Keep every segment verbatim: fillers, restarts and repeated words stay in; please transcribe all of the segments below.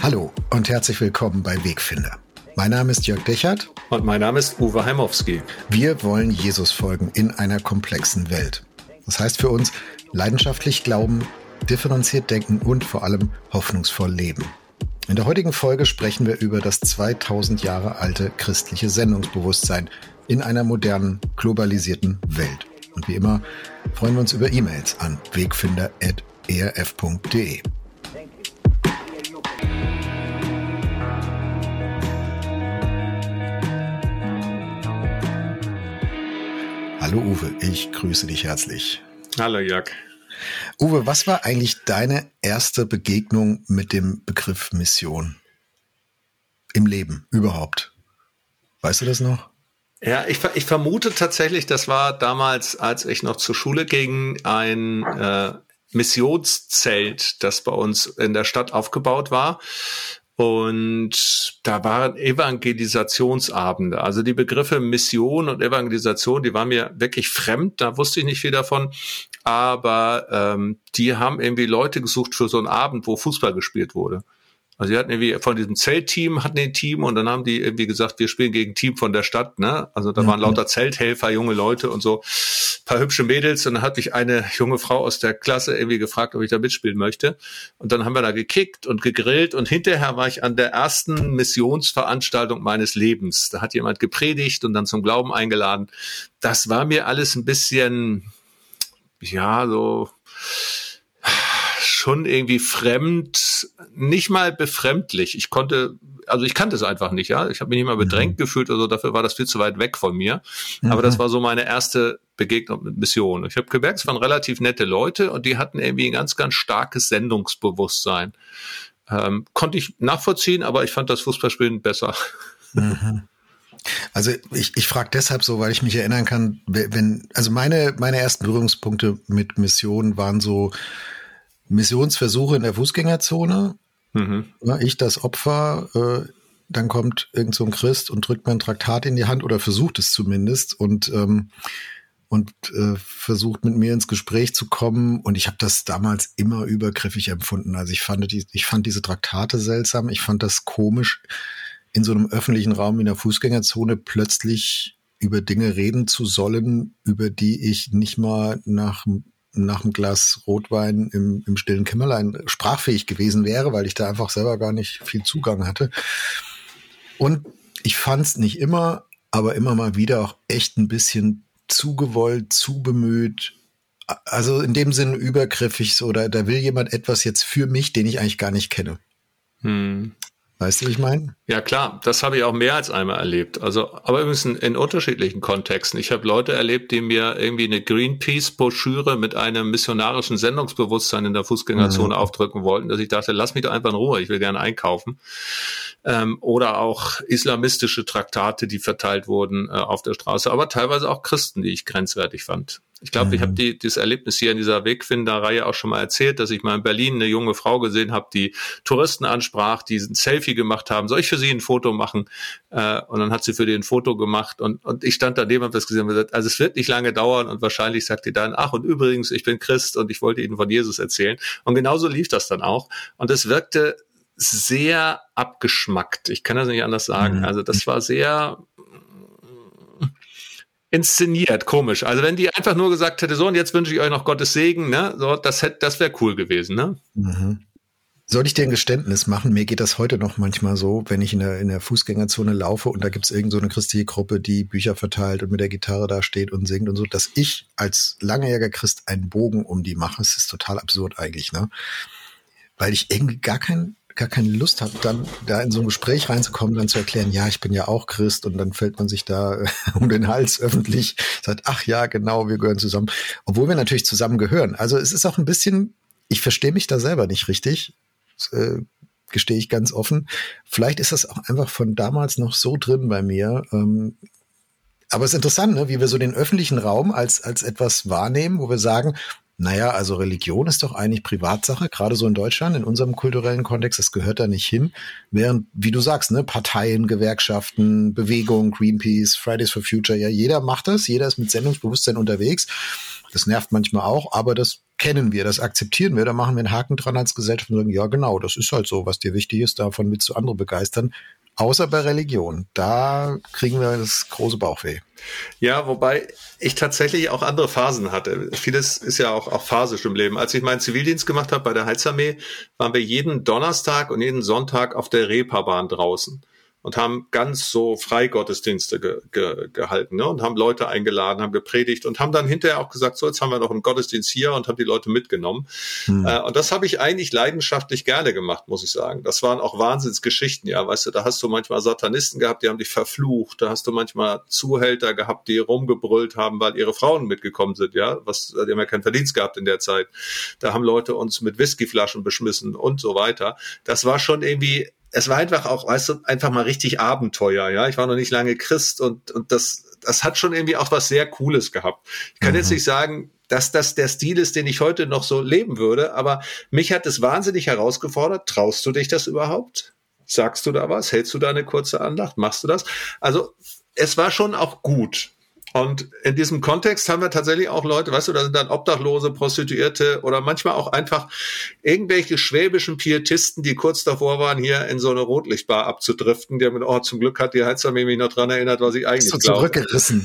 Hallo und herzlich willkommen bei Wegfinder. Mein Name ist Jörg Dechert. Und mein Name ist Uwe Heimowski. Wir wollen Jesus folgen in einer komplexen Welt. Das heißt für uns, leidenschaftlich glauben, differenziert denken und vor allem hoffnungsvoll leben. In der heutigen Folge sprechen wir über das zweitausend Jahre alte christliche Sendungsbewusstsein in einer modernen, globalisierten Welt. Und wie immer freuen wir uns über E-Mails an wegfinder at e r f punkt d e. Hallo Uwe, ich grüße dich herzlich. Hallo Jörg. Uwe, was war eigentlich deine erste Begegnung mit dem Begriff Mission im Leben überhaupt? Weißt du das noch? Ja, ich, ich vermute tatsächlich, das war damals, als ich noch zur Schule ging, ein äh, Missionszelt, das bei uns in der Stadt aufgebaut war. Und da waren Evangelisationsabende. Also die Begriffe Mission und Evangelisation, die waren mir wirklich fremd. Da wusste ich nicht viel davon. Aber ähm, die haben irgendwie Leute gesucht für so einen Abend, wo Fußball gespielt wurde. Also die hatten irgendwie von diesem Zeltteam, hatten ein Team und dann haben die irgendwie gesagt, wir spielen gegen ein Team von der Stadt, ne? Also da waren lauter Zelthelfer, junge Leute und so, ein paar hübsche Mädels und dann hat mich eine junge Frau aus der Klasse irgendwie gefragt, ob ich da mitspielen möchte. Und dann haben wir da gekickt und gegrillt und hinterher war ich an der ersten Missionsveranstaltung meines Lebens. Da hat jemand gepredigt und dann zum Glauben eingeladen. Das war mir alles ein bisschen, ja, so schon irgendwie fremd, nicht mal befremdlich. Ich konnte, also ich kannte es einfach nicht, ja. Ich habe mich nicht mal bedrängt mhm. gefühlt oder so, dafür war das viel zu weit weg von mir. Mhm. Aber das war so meine erste Begegnung mit Mission. Ich habe gemerkt, es waren relativ nette Leute und die hatten irgendwie ein ganz, ganz starkes Sendungsbewusstsein. Ähm, konnte ich nachvollziehen, aber ich fand das Fußballspielen besser. Mhm. Also ich, ich frage deshalb so, weil ich mich erinnern kann, wenn, also meine, meine ersten Berührungspunkte mit Mission waren so Missionsversuche in der Fußgängerzone. Mhm. Ich das Opfer, äh, dann kommt irgend so ein Christ und drückt mir ein Traktat in die Hand oder versucht es zumindest und ähm, und äh, versucht mit mir ins Gespräch zu kommen. Und ich habe das damals immer übergriffig empfunden. Also ich fand die, ich fand diese Traktate seltsam. Ich fand das komisch, in so einem öffentlichen Raum in der Fußgängerzone plötzlich über Dinge reden zu sollen, über die ich nicht mal nach nach einem Glas Rotwein im, im stillen Kämmerlein sprachfähig gewesen wäre, weil ich da einfach selber gar nicht viel Zugang hatte. Und ich fand es nicht immer, aber immer mal wieder auch echt ein bisschen zu gewollt, zu bemüht. Also in dem Sinne übergriffig, so, da, da will jemand etwas jetzt für mich, den ich eigentlich gar nicht kenne. Hm. Weißt du, wie ich meine? Ja klar, das habe ich auch mehr als einmal erlebt. Also, aber übrigens in, in unterschiedlichen Kontexten. Ich habe Leute erlebt, die mir irgendwie eine Greenpeace-Broschüre mit einem missionarischen Sendungsbewusstsein in der Fußgängerzone mhm. aufdrücken wollten, dass ich dachte, lass mich doch einfach in Ruhe, ich will gerne einkaufen. Ähm, oder auch islamistische Traktate, die verteilt wurden äh, auf der Straße, aber teilweise auch Christen, die ich grenzwertig fand. Ich glaube, mhm. ich habe die, dieses Erlebnis hier in dieser Wegfinder-Reihe auch schon mal erzählt, dass ich mal in Berlin eine junge Frau gesehen habe, die Touristen ansprach, die ein Selfie gemacht haben. Soll ich für sie ein Foto machen? Äh, und dann hat sie für die ein Foto gemacht und, und ich stand daneben und habe das gesehen und gesagt, also es wird nicht lange dauern und wahrscheinlich sagt die dann, ach und übrigens, ich bin Christ und ich wollte Ihnen von Jesus erzählen. Und genauso lief das dann auch. Und es wirkte sehr abgeschmackt. Ich kann das nicht anders sagen. Mhm. Also das war sehr inszeniert, komisch. Also wenn die einfach nur gesagt hätte, so und jetzt wünsche ich euch noch Gottes Segen, ne, so, das hätte, das wäre cool gewesen, ne? Mhm. Soll ich dir ein Geständnis machen? Mir geht das heute noch manchmal so, wenn ich in der, in der Fußgängerzone laufe und da gibt's irgend so eine christliche Gruppe, die Bücher verteilt und mit der Gitarre da steht und singt und so, dass ich als langjähriger Christ einen Bogen um die mache. Es ist total absurd eigentlich, ne? Weil ich irgendwie gar kein gar keine Lust habe, dann da in so ein Gespräch reinzukommen, dann zu erklären, ja, ich bin ja auch Christ und dann fällt man sich da um den Hals öffentlich, sagt, ach ja, genau, wir gehören zusammen, obwohl wir natürlich zusammen gehören. Also es ist auch ein bisschen, ich verstehe mich da selber nicht richtig, das, äh, gestehe ich ganz offen. Vielleicht ist das auch einfach von damals noch so drin bei mir. Ähm, aber es ist interessant, ne, wie wir so den öffentlichen Raum als als etwas wahrnehmen, wo wir sagen, naja, also Religion ist doch eigentlich Privatsache, gerade so in Deutschland, in unserem kulturellen Kontext, das gehört da nicht hin. Während, wie du sagst, ne, Parteien, Gewerkschaften, Bewegungen, Greenpeace, Fridays for Future, ja, jeder macht das, jeder ist mit Sendungsbewusstsein unterwegs. Das nervt manchmal auch, aber das kennen wir, das akzeptieren wir, da machen wir einen Haken dran als Gesellschaft und sagen, ja genau, das ist halt so, was dir wichtig ist, davon willst du andere begeistern. Außer bei Religion, da kriegen wir das große Bauchweh. Ja, wobei ich tatsächlich auch andere Phasen hatte. Vieles ist ja auch, auch phasisch im Leben. Als ich meinen Zivildienst gemacht habe bei der Heilsarmee, waren wir jeden Donnerstag und jeden Sonntag auf der Reeperbahn draußen und haben ganz so Freigottesdienste ge, ge, gehalten, ne? Und haben Leute eingeladen, haben gepredigt und haben dann hinterher auch gesagt, so, jetzt haben wir noch einen Gottesdienst hier und haben die Leute mitgenommen. Hm. Äh, und das habe ich eigentlich leidenschaftlich gerne gemacht, muss ich sagen. Das waren auch Wahnsinnsgeschichten, ja, weißt du, da hast du manchmal Satanisten gehabt, die haben dich verflucht, da hast du manchmal Zuhälter gehabt, die rumgebrüllt haben, weil ihre Frauen mitgekommen sind, ja, was, die haben ja keinen Verdienst gehabt in der Zeit. Da haben Leute uns mit Whiskyflaschen beschmissen und so weiter. Das war schon irgendwie, es war einfach auch, weißt du, einfach mal richtig Abenteuer, ja. Ich war noch nicht lange Christ und, und das, das hat schon irgendwie auch was sehr Cooles gehabt. Ich kann mhm. jetzt nicht sagen, dass das der Stil ist, den ich heute noch so leben würde, aber mich hat es wahnsinnig herausgefordert. Traust du dich das überhaupt? Sagst du da was? Hältst du da eine kurze Andacht? Machst du das? Also, es war schon auch gut. Und in diesem Kontext haben wir tatsächlich auch Leute, weißt du, da sind dann Obdachlose, Prostituierte oder manchmal auch einfach irgendwelche schwäbischen Pietisten, die kurz davor waren, hier in so eine Rotlichtbar abzudriften. Die haben gesagt, oh, zum Glück hat die Heilsarmee mich noch dran erinnert, was ich eigentlich so glaube. Zurückgerissen.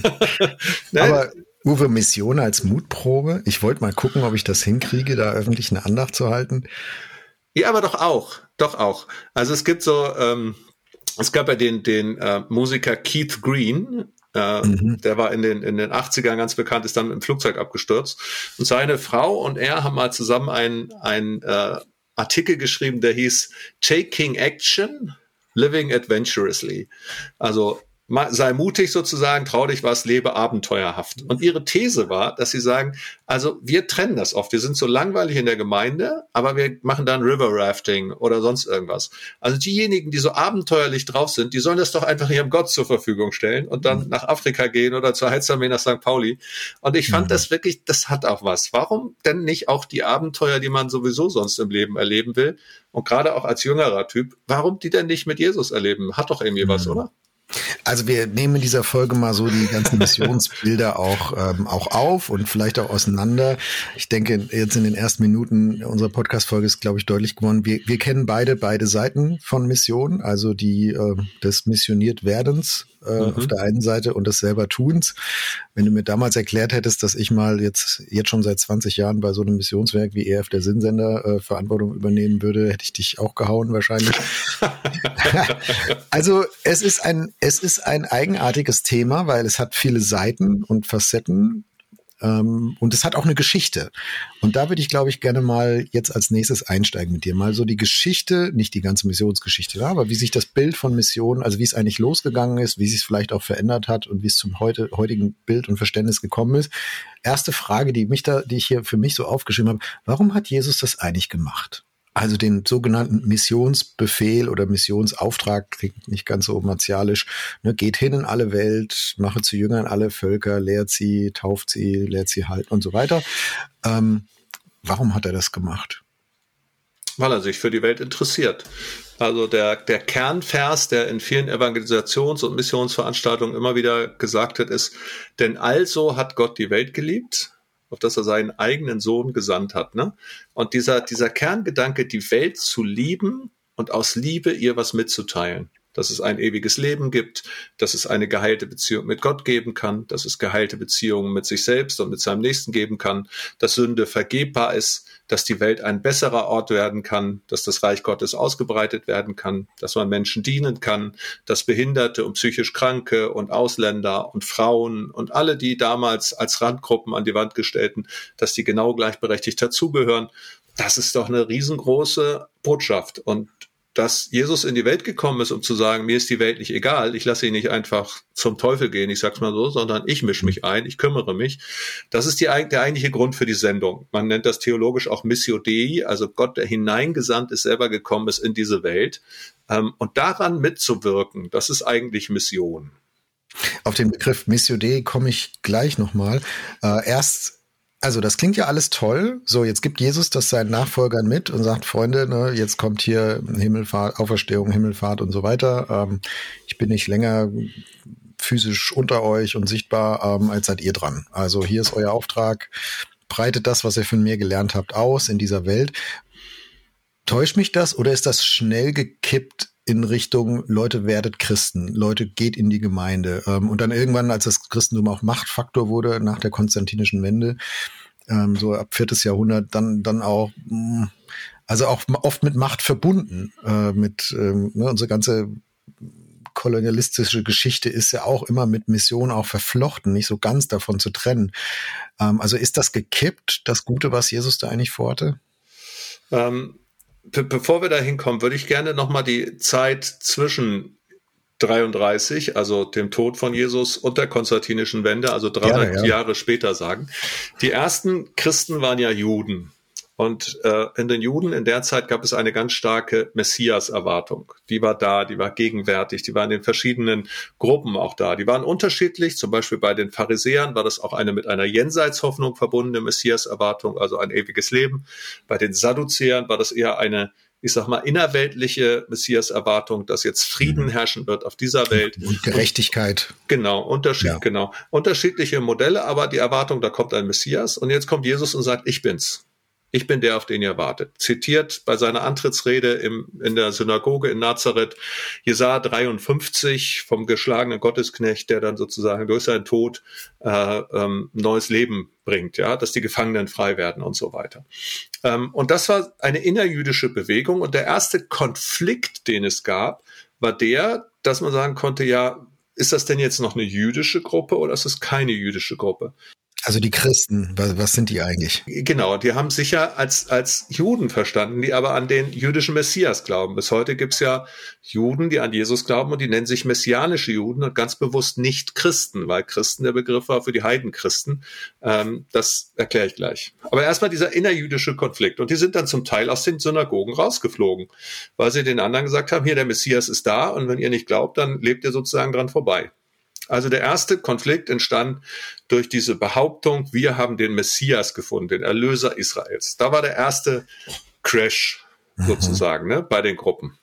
Aber Uwe, Mission als Mutprobe. Ich wollte mal gucken, ob ich das hinkriege, da öffentlich eine Andacht zu halten. Ja, aber doch auch, doch auch. Also es gibt so, ähm, es gab ja den, den äh, Musiker Keith Green. Uh, mhm. Der war in den, in den achtzigern ganz bekannt, ist dann im Flugzeug abgestürzt. Und seine Frau und er haben mal zusammen einen, einen äh, Artikel geschrieben, der hieß Taking Action, Living Adventurously. Also sei mutig sozusagen, trau dich was, lebe abenteuerhaft. Und ihre These war, dass sie sagen, also wir trennen das oft. Wir sind so langweilig in der Gemeinde, aber wir machen dann River Rafting oder sonst irgendwas. Also diejenigen, die so abenteuerlich drauf sind, die sollen das doch einfach ihrem Gott zur Verfügung stellen und dann mhm. nach Afrika gehen oder zur Heilsarmee nach Sankt Pauli. Und ich fand mhm. das wirklich, das hat auch was. Warum denn nicht auch die Abenteuer, die man sowieso sonst im Leben erleben will? Und gerade auch als jüngerer Typ, warum die denn nicht mit Jesus erleben? Hat doch irgendwie mhm. was, oder? Also wir nehmen in dieser Folge mal so die ganzen Missionsbilder auch ähm, auch auf und vielleicht auch auseinander. Ich denke, jetzt in den ersten Minuten unserer Podcast-Folge ist, glaube ich, deutlich geworden, wir, wir kennen beide beide Seiten von Mission, also die äh, des Missioniertwerdens äh, mhm. auf der einen Seite und des selber Tuns. Wenn du mir damals erklärt hättest, dass ich mal jetzt jetzt schon seit zwanzig Jahren bei so einem Missionswerk wie E F der Sinnsender äh, Verantwortung übernehmen würde, hätte ich dich auch gehauen wahrscheinlich. Also es ist ein es ist ein eigenartiges Thema, weil es hat viele Seiten und Facetten ähm, und es hat auch eine Geschichte. Und da würde ich, glaube ich, gerne mal jetzt als nächstes einsteigen mit dir. Mal so die Geschichte, nicht die ganze Missionsgeschichte, aber wie sich das Bild von Mission, also wie es eigentlich losgegangen ist, wie sich es vielleicht auch verändert hat und wie es zum heute, heutigen Bild und Verständnis gekommen ist. Erste Frage, die mich da, die ich hier für mich so aufgeschrieben habe: Warum hat Jesus das eigentlich gemacht? Also den sogenannten Missionsbefehl oder Missionsauftrag, klingt nicht ganz so martialisch, ne, geht hin in alle Welt, mache zu Jüngern alle Völker, lehrt sie, tauft sie, lehrt sie halten und so weiter. Ähm, warum hat er das gemacht? Weil er sich für die Welt interessiert. Also der, der Kernvers, der in vielen Evangelisations- und Missionsveranstaltungen immer wieder gesagt wird, ist: Denn also hat Gott die Welt geliebt, auf dass er seinen eigenen Sohn gesandt hat. Ne? Und dieser, dieser Kerngedanke, die Welt zu lieben und aus Liebe ihr was mitzuteilen, dass es ein ewiges Leben gibt, dass es eine geheilte Beziehung mit Gott geben kann, dass es geheilte Beziehungen mit sich selbst und mit seinem Nächsten geben kann, dass Sünde vergebbar ist, dass die Welt ein besserer Ort werden kann, dass das Reich Gottes ausgebreitet werden kann, dass man Menschen dienen kann, dass Behinderte und psychisch Kranke und Ausländer und Frauen und alle, die damals als Randgruppen an die Wand gestellten, dass die genau gleichberechtigt dazugehören. Das ist doch eine riesengroße Botschaft. Und dass Jesus in die Welt gekommen ist, um zu sagen, mir ist die Welt nicht egal, ich lasse ihn nicht einfach zum Teufel gehen, ich sag's mal so, sondern ich mische mich ein, ich kümmere mich. Das ist die, der eigentliche Grund für die Sendung. Man nennt das theologisch auch Missio Dei, also Gott, der hineingesandt ist, selber gekommen ist in diese Welt. Und daran mitzuwirken, das ist eigentlich Mission. Auf den Begriff Missio Dei komme ich gleich nochmal. Äh, erst Also das klingt ja alles toll. So, jetzt gibt Jesus das seinen Nachfolgern mit und sagt: Freunde, ne, jetzt kommt hier Himmelfahrt, Auferstehung, Himmelfahrt und so weiter. Ähm, ich bin nicht länger physisch unter euch und sichtbar, ähm, als seid ihr dran. Also hier ist euer Auftrag. breitet das, was ihr von mir gelernt habt, aus in dieser Welt. Täuscht mich das oder ist das schnell gekippt in Richtung, Leute, werdet Christen, Leute, geht in die Gemeinde. Ähm, und dann irgendwann, als das Christentum auch Machtfaktor wurde, nach der konstantinischen Wende, ähm, so ab viertes Jahrhundert, dann dann auch, mh, also auch oft mit Macht verbunden. Äh, mit ähm, ne, unsere ganze kolonialistische Geschichte ist ja auch immer mit Mission auch verflochten, nicht so ganz davon zu trennen. Ähm, also ist das gekippt, das Gute, was Jesus da eigentlich vorhatte? Ähm Be- Bevor wir da hinkommen, würde ich gerne nochmal die Zeit zwischen dreiunddreißig, also dem Tod von Jesus, und der konstantinischen Wende, also dreihundert Gerne, ja. Jahre später sagen. Die ersten Christen waren ja Juden. Und äh, in den Juden in der Zeit gab es eine ganz starke Messias-Erwartung. Die war da, die war gegenwärtig, die war in den verschiedenen Gruppen auch da. Die waren unterschiedlich, zum Beispiel bei den Pharisäern war das auch eine mit einer Jenseitshoffnung verbundene Messias-Erwartung, also ein ewiges Leben. Bei den Sadduzäern war das eher eine, ich sag mal, innerweltliche Messias-Erwartung, dass jetzt Frieden herrschen wird auf dieser Welt. Und Gerechtigkeit. Und, genau, Unterschied, Ja. genau. Unterschiedliche Modelle, aber die Erwartung, da kommt ein Messias. Und jetzt kommt Jesus und sagt, ich bin's. Ich bin der, auf den ihr wartet. Zitiert bei seiner Antrittsrede im, in der Synagoge in Nazareth Jesaja dreiundfünfzig vom geschlagenen Gottesknecht, der dann sozusagen durch seinen Tod äh, ähm, neues Leben bringt, ja, dass die Gefangenen frei werden und so weiter. Ähm, und das war eine innerjüdische Bewegung. Und der erste Konflikt, den es gab, war der, dass man sagen konnte, ja, ist das denn jetzt noch eine jüdische Gruppe oder ist es keine jüdische Gruppe? Also die Christen, was, was sind die eigentlich? Genau, die haben sich ja als, als Juden verstanden, die aber an den jüdischen Messias glauben. Bis heute gibt's ja Juden, die an Jesus glauben und die nennen sich messianische Juden und ganz bewusst nicht Christen, weil Christen der Begriff war für die Heidenchristen. Ähm, das erkläre ich gleich. Aber erstmal dieser innerjüdische Konflikt. Und die sind dann zum Teil aus den Synagogen rausgeflogen, weil sie den anderen gesagt haben, hier, der Messias ist da und wenn ihr nicht glaubt, dann lebt ihr sozusagen dran vorbei. Also der erste Konflikt entstand durch diese Behauptung, wir haben den Messias gefunden, den Erlöser Israels. Da war der erste Crash sozusagen, ne, bei den Gruppen.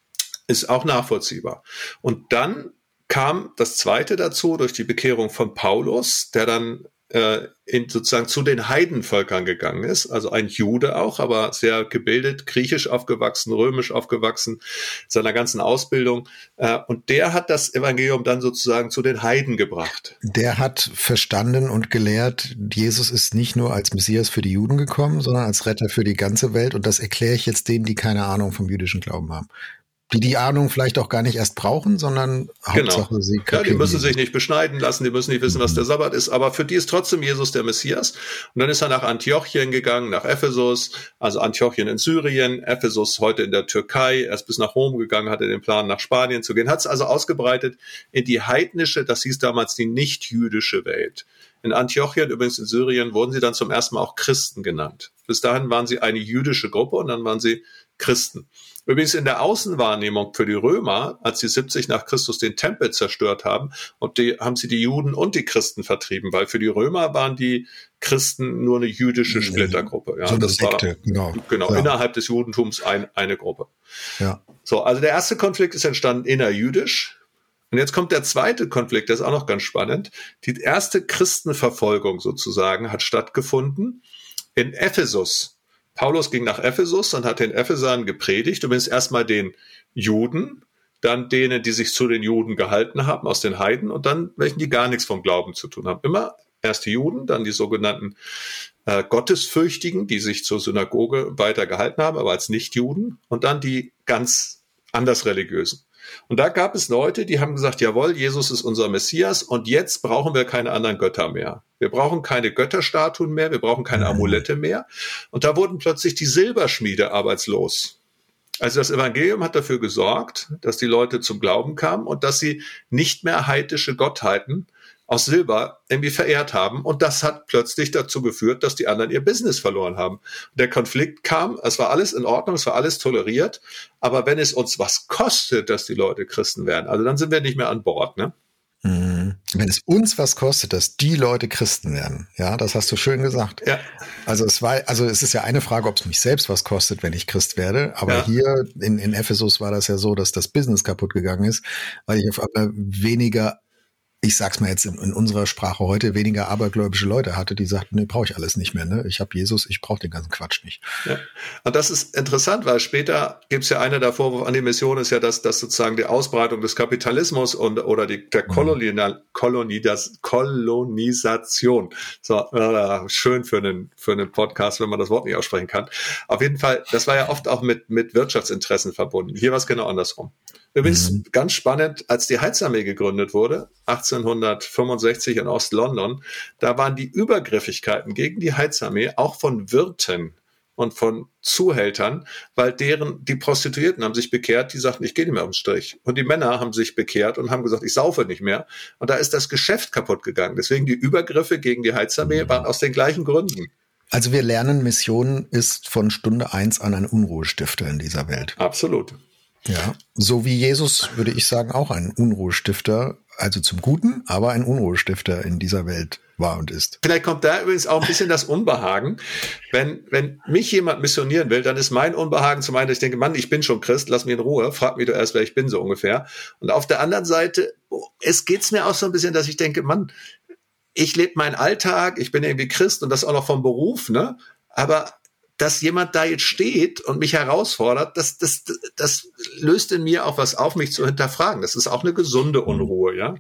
Ist auch nachvollziehbar. Und dann kam das Zweite dazu durch die Bekehrung von Paulus, der dann äh, in, sozusagen zu den Heidenvölkern gegangen ist, also ein Jude auch, aber sehr gebildet, griechisch aufgewachsen, römisch aufgewachsen, seiner ganzen Ausbildung. Äh, und der hat das Evangelium dann sozusagen zu den Heiden gebracht. Der hat verstanden und gelehrt, Jesus ist nicht nur als Messias für die Juden gekommen, sondern als Retter für die ganze Welt. Und das erkläre ich jetzt denen, die keine Ahnung vom jüdischen Glauben haben. Die die Ahnung vielleicht auch gar nicht erst brauchen, sondern Hauptsache genau. sie Ja, die müssen Jesus. sich nicht beschneiden lassen, die müssen nicht wissen, was der Sabbat ist, aber für die ist trotzdem Jesus der Messias. Und dann ist er nach Antiochien gegangen, nach Ephesus, also Antiochien in Syrien, Ephesus heute in der Türkei, er ist bis nach Rom gegangen, hatte den Plan, nach Spanien zu gehen, hat es also ausgebreitet in die heidnische, das hieß damals die nicht-jüdische Welt. In Antiochien, übrigens in Syrien, wurden sie dann zum ersten Mal auch Christen genannt. Bis dahin waren sie eine jüdische Gruppe und dann waren sie Christen. Übrigens in der Außenwahrnehmung für die Römer, als sie siebzig nach Christus den Tempel zerstört haben, und die haben sie die Juden und die Christen vertrieben, weil für die Römer waren die Christen nur eine jüdische Splittergruppe. Ja, so eine das Sekte, war, genau. Genau, Ja. innerhalb des Judentums ein, eine Gruppe. Ja. So, also der erste Konflikt ist entstanden innerjüdisch. Und jetzt kommt der zweite Konflikt, der ist auch noch ganz spannend. Die erste Christenverfolgung sozusagen hat stattgefunden in Ephesus. Paulus ging nach Ephesus und hat den Ephesern gepredigt, übrigens erstmal den Juden, dann denen, die sich zu den Juden gehalten haben, aus den Heiden, und dann welchen, die gar nichts vom Glauben zu tun haben. Immer erst die Juden, dann die sogenannten äh, Gottesfürchtigen, die sich zur Synagoge weiter gehalten haben, aber als Nichtjuden, und dann die ganz anders Religiösen. Und da gab es Leute, die haben gesagt, jawohl, Jesus ist unser Messias und jetzt brauchen wir keine anderen Götter mehr. Wir brauchen keine Götterstatuen mehr, wir brauchen keine Amulette mehr. Und da wurden plötzlich die Silberschmiede arbeitslos. Also das Evangelium hat dafür gesorgt, dass die Leute zum Glauben kamen und dass sie nicht mehr heidnische Gottheiten aus Silber irgendwie verehrt haben. Und das hat plötzlich dazu geführt, dass die anderen ihr Business verloren haben. Der Konflikt kam, es war alles in Ordnung, es war alles toleriert. Aber wenn es uns was kostet, dass die Leute Christen werden, also dann sind wir nicht mehr an Bord, ne? Mhm. Wenn es uns was kostet, dass die Leute Christen werden, ja, das hast du schön gesagt. Ja. Also es war, also es ist ja eine Frage, ob es mich selbst was kostet, wenn ich Christ werde. Aber Ja. hier in, in Ephesus war das ja so, dass das Business kaputt gegangen ist, weil ich auf einmal weniger ich sag's mal jetzt in, in unserer Sprache heute, weniger abergläubische Leute hatte, die sagten, nee, brauche ich alles nicht mehr. Ne? Ich habe Jesus, ich brauche den ganzen Quatsch nicht. Ja. Und das ist interessant, weil später gibt's ja einer der Vorwürfe an die Mission ist ja, dass, dass sozusagen die Ausbreitung des Kapitalismus und oder die der Kolonial, Kolonidas, Kolonisation. So äh, schön für einen für einen Podcast, wenn man das Wort nicht aussprechen kann. Auf jeden Fall, das war ja oft auch mit mit Wirtschaftsinteressen verbunden. Hier war es genau andersrum. Übrigens mhm. ganz spannend, als die Heilsarmee gegründet wurde, achtzehnhundertfünfundsechzig in Ost-London, da waren die Übergriffigkeiten gegen die Heilsarmee auch von Wirten und von Zuhältern, weil deren, die Prostituierten haben sich bekehrt, die sagten, ich gehe nicht mehr ums Strich. Und die Männer haben sich bekehrt und haben gesagt, ich saufe nicht mehr. Und da ist das Geschäft kaputt gegangen. Deswegen die Übergriffe gegen die Heilsarmee waren aus den gleichen Gründen. Also wir lernen, Mission ist von Stunde eins an ein Unruhestifter in dieser Welt. Absolut. Ja, so wie Jesus, würde ich sagen, auch ein Unruhestifter, also zum Guten, aber ein Unruhestifter in dieser Welt war und ist. Vielleicht kommt da übrigens auch ein bisschen das Unbehagen. Wenn, wenn mich jemand missionieren will, dann ist mein Unbehagen zum einen, dass ich denke, Mann, ich bin schon Christ, lass mich in Ruhe, frag mich doch erst, wer ich bin, so ungefähr. Und auf der anderen Seite, es geht's mir auch so ein bisschen, dass ich denke, Mann, ich lebe meinen Alltag, ich bin irgendwie Christ und das auch noch vom Beruf, ne? Aber dass jemand da jetzt steht und mich herausfordert, das, das, das löst in mir auch was auf, mich zu hinterfragen. Das ist auch eine gesunde Unruhe, ja.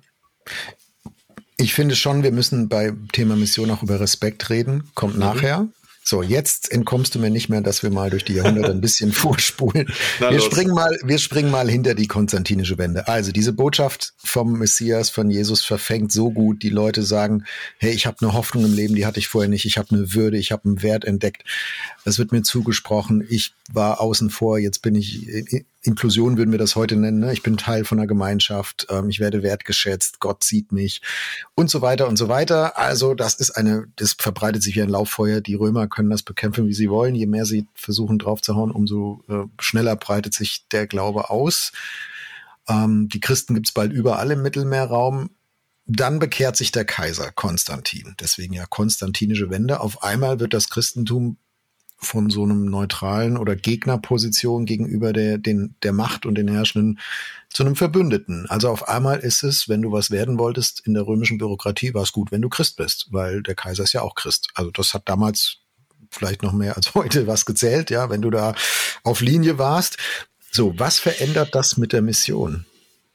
Ich finde schon, wir müssen bei Thema Mission auch über Respekt reden. Kommt mhm. nachher. So, jetzt entkommst du mir nicht mehr, dass wir mal durch die Jahrhunderte ein bisschen vorspulen. Na, wir los. springen mal, wir springen mal hinter die konstantinische Wende. Also diese Botschaft vom Messias, von Jesus verfängt so gut. Die Leute sagen, hey, ich habe eine Hoffnung im Leben, die hatte ich vorher nicht. Ich habe eine Würde, ich habe einen Wert entdeckt. Das wird mir zugesprochen. Ich war außen vor, jetzt bin ich, Inklusion würden wir das heute nennen. Ne? Ich bin Teil von einer Gemeinschaft. Ähm, ich werde wertgeschätzt. Gott sieht mich und so weiter und so weiter. Also das ist eine, das verbreitet sich wie ein Lauffeuer. Die Römer können das bekämpfen, wie sie wollen. Je mehr sie versuchen draufzuhauen, umso äh, schneller breitet sich der Glaube aus. Ähm, die Christen gibt's bald überall im Mittelmeerraum. Dann bekehrt sich der Kaiser Konstantin. Deswegen ja konstantinische Wende. Auf einmal wird das Christentum von so einem neutralen oder Gegnerposition gegenüber der, den, der Macht und den Herrschenden zu einem Verbündeten. Also auf einmal ist es, wenn du was werden wolltest in der römischen Bürokratie, war es gut, wenn du Christ bist, weil der Kaiser ist ja auch Christ. Also das hat damals vielleicht noch mehr als heute was gezählt, ja, wenn du da auf Linie warst. So, was verändert das mit der Mission?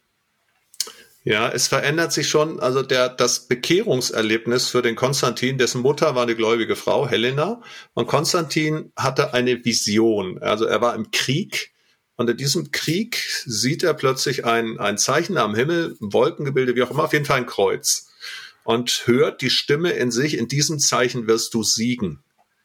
Ja, es verändert sich schon, also der, das Bekehrungserlebnis für den Konstantin, dessen Mutter war eine gläubige Frau, Helena, und Konstantin hatte eine Vision. Also er war im Krieg und in diesem Krieg sieht er plötzlich ein, ein Zeichen am Himmel, ein Wolkengebilde, wie auch immer, auf jeden Fall ein Kreuz, und hört die Stimme in sich, in diesem Zeichen wirst du siegen.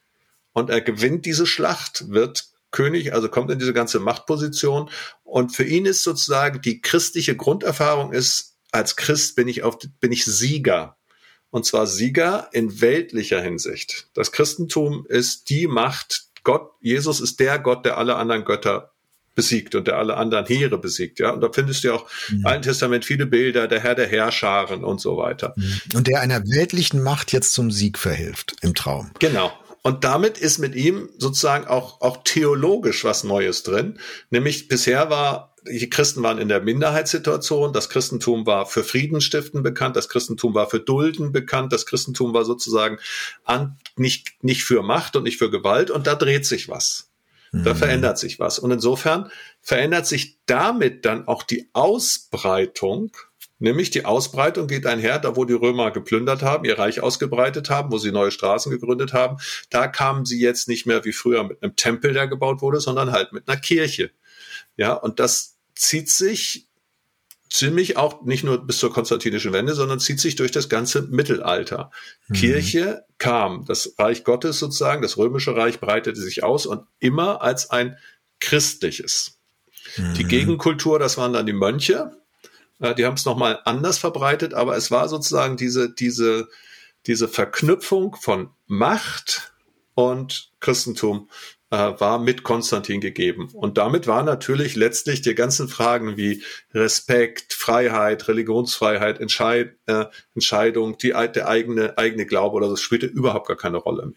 Und er gewinnt diese Schlacht, wird König, also kommt in diese ganze Machtposition, und für ihn ist sozusagen die christliche Grunderfahrung ist, als Christ bin ich auf, bin ich Sieger. Und zwar Sieger in weltlicher Hinsicht. Das Christentum ist die Macht, Gott, Jesus ist der Gott, der alle anderen Götter besiegt und der alle anderen Heere besiegt, ja. Und da findest du ja auch im mhm. Alten Testament viele Bilder, der Herr der Herrscharen und so weiter. Und der einer weltlichen Macht jetzt zum Sieg verhilft im Traum. Genau. Und damit ist mit ihm sozusagen auch, auch theologisch was Neues drin. Nämlich bisher war, die Christen waren in der Minderheitssituation. Das Christentum war für Friedensstiften bekannt. Das Christentum war für Dulden bekannt. Das Christentum war sozusagen an, nicht, nicht für Macht und nicht für Gewalt. Und da dreht sich was. Da mhm. verändert sich was. Und insofern verändert sich damit dann auch die Ausbreitung. Nämlich die Ausbreitung geht einher, da wo die Römer geplündert haben, ihr Reich ausgebreitet haben, wo sie neue Straßen gegründet haben, da kamen sie jetzt nicht mehr wie früher mit einem Tempel, der gebaut wurde, sondern halt mit einer Kirche. Ja, und das zieht sich ziemlich auch nicht nur bis zur konstantinischen Wende, sondern zieht sich durch das ganze Mittelalter. Mhm. Kirche kam, das Reich Gottes sozusagen, das römische Reich breitete sich aus und immer als ein christliches. Mhm. Die Gegenkultur, das waren dann die Mönche. Die haben es nochmal anders verbreitet, aber es war sozusagen diese, diese, diese Verknüpfung von Macht und Christentum äh, war mit Konstantin gegeben. Und damit war natürlich letztlich die ganzen Fragen wie Respekt, Freiheit, Religionsfreiheit, Entscheid, äh, Entscheidung, die, der eigene, eigene Glaube oder so, spielte überhaupt gar keine Rolle mehr.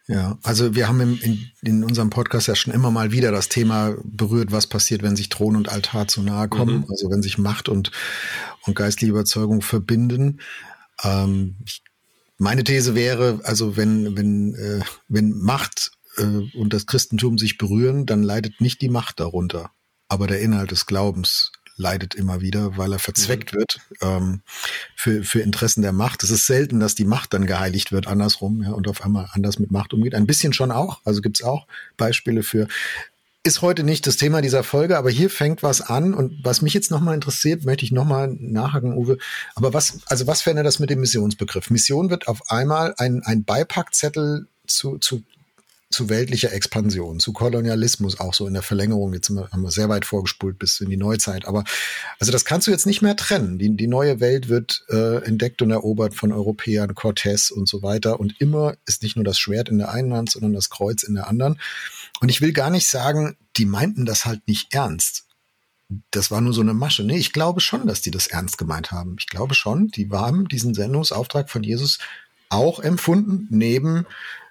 Ja, also wir haben im, in, in unserem Podcast ja schon immer mal wieder das Thema berührt, was passiert, wenn sich Thron und Altar zu nahe kommen, mhm. also wenn sich Macht und, und geistliche Überzeugung verbinden. Ähm, ich, meine These wäre, also wenn, wenn, äh, wenn Macht äh, und das Christentum sich berühren, dann leidet nicht die Macht darunter, aber der Inhalt des Glaubens leidet immer wieder, weil er verzweckt mhm. wird ähm, für für Interessen der Macht. Es ist selten, dass die Macht dann geheiligt wird, andersrum, ja, und auf einmal anders mit Macht umgeht. Ein bisschen schon auch, also gibt's auch Beispiele für. Ist heute nicht das Thema dieser Folge, aber hier fängt was an, und was mich jetzt nochmal interessiert, möchte ich nochmal nachhaken, Uwe. Aber was, also was verändert das mit dem Missionsbegriff? Mission wird auf einmal ein ein Beipackzettel zu zu zu weltlicher Expansion, zu Kolonialismus, auch so in der Verlängerung. Jetzt haben wir sehr weit vorgespult bis in die Neuzeit. Aber also das kannst du jetzt nicht mehr trennen. Die, die neue Welt wird äh, entdeckt und erobert von Europäern, Cortés und so weiter. Und immer ist nicht nur das Schwert in der einen Hand, sondern das Kreuz in der anderen. Und ich will gar nicht sagen, die meinten das halt nicht ernst. Das war nur so eine Masche. Nee, ich glaube schon, dass die das ernst gemeint haben. Ich glaube schon, die haben diesen Sendungsauftrag von Jesus auch empfunden, neben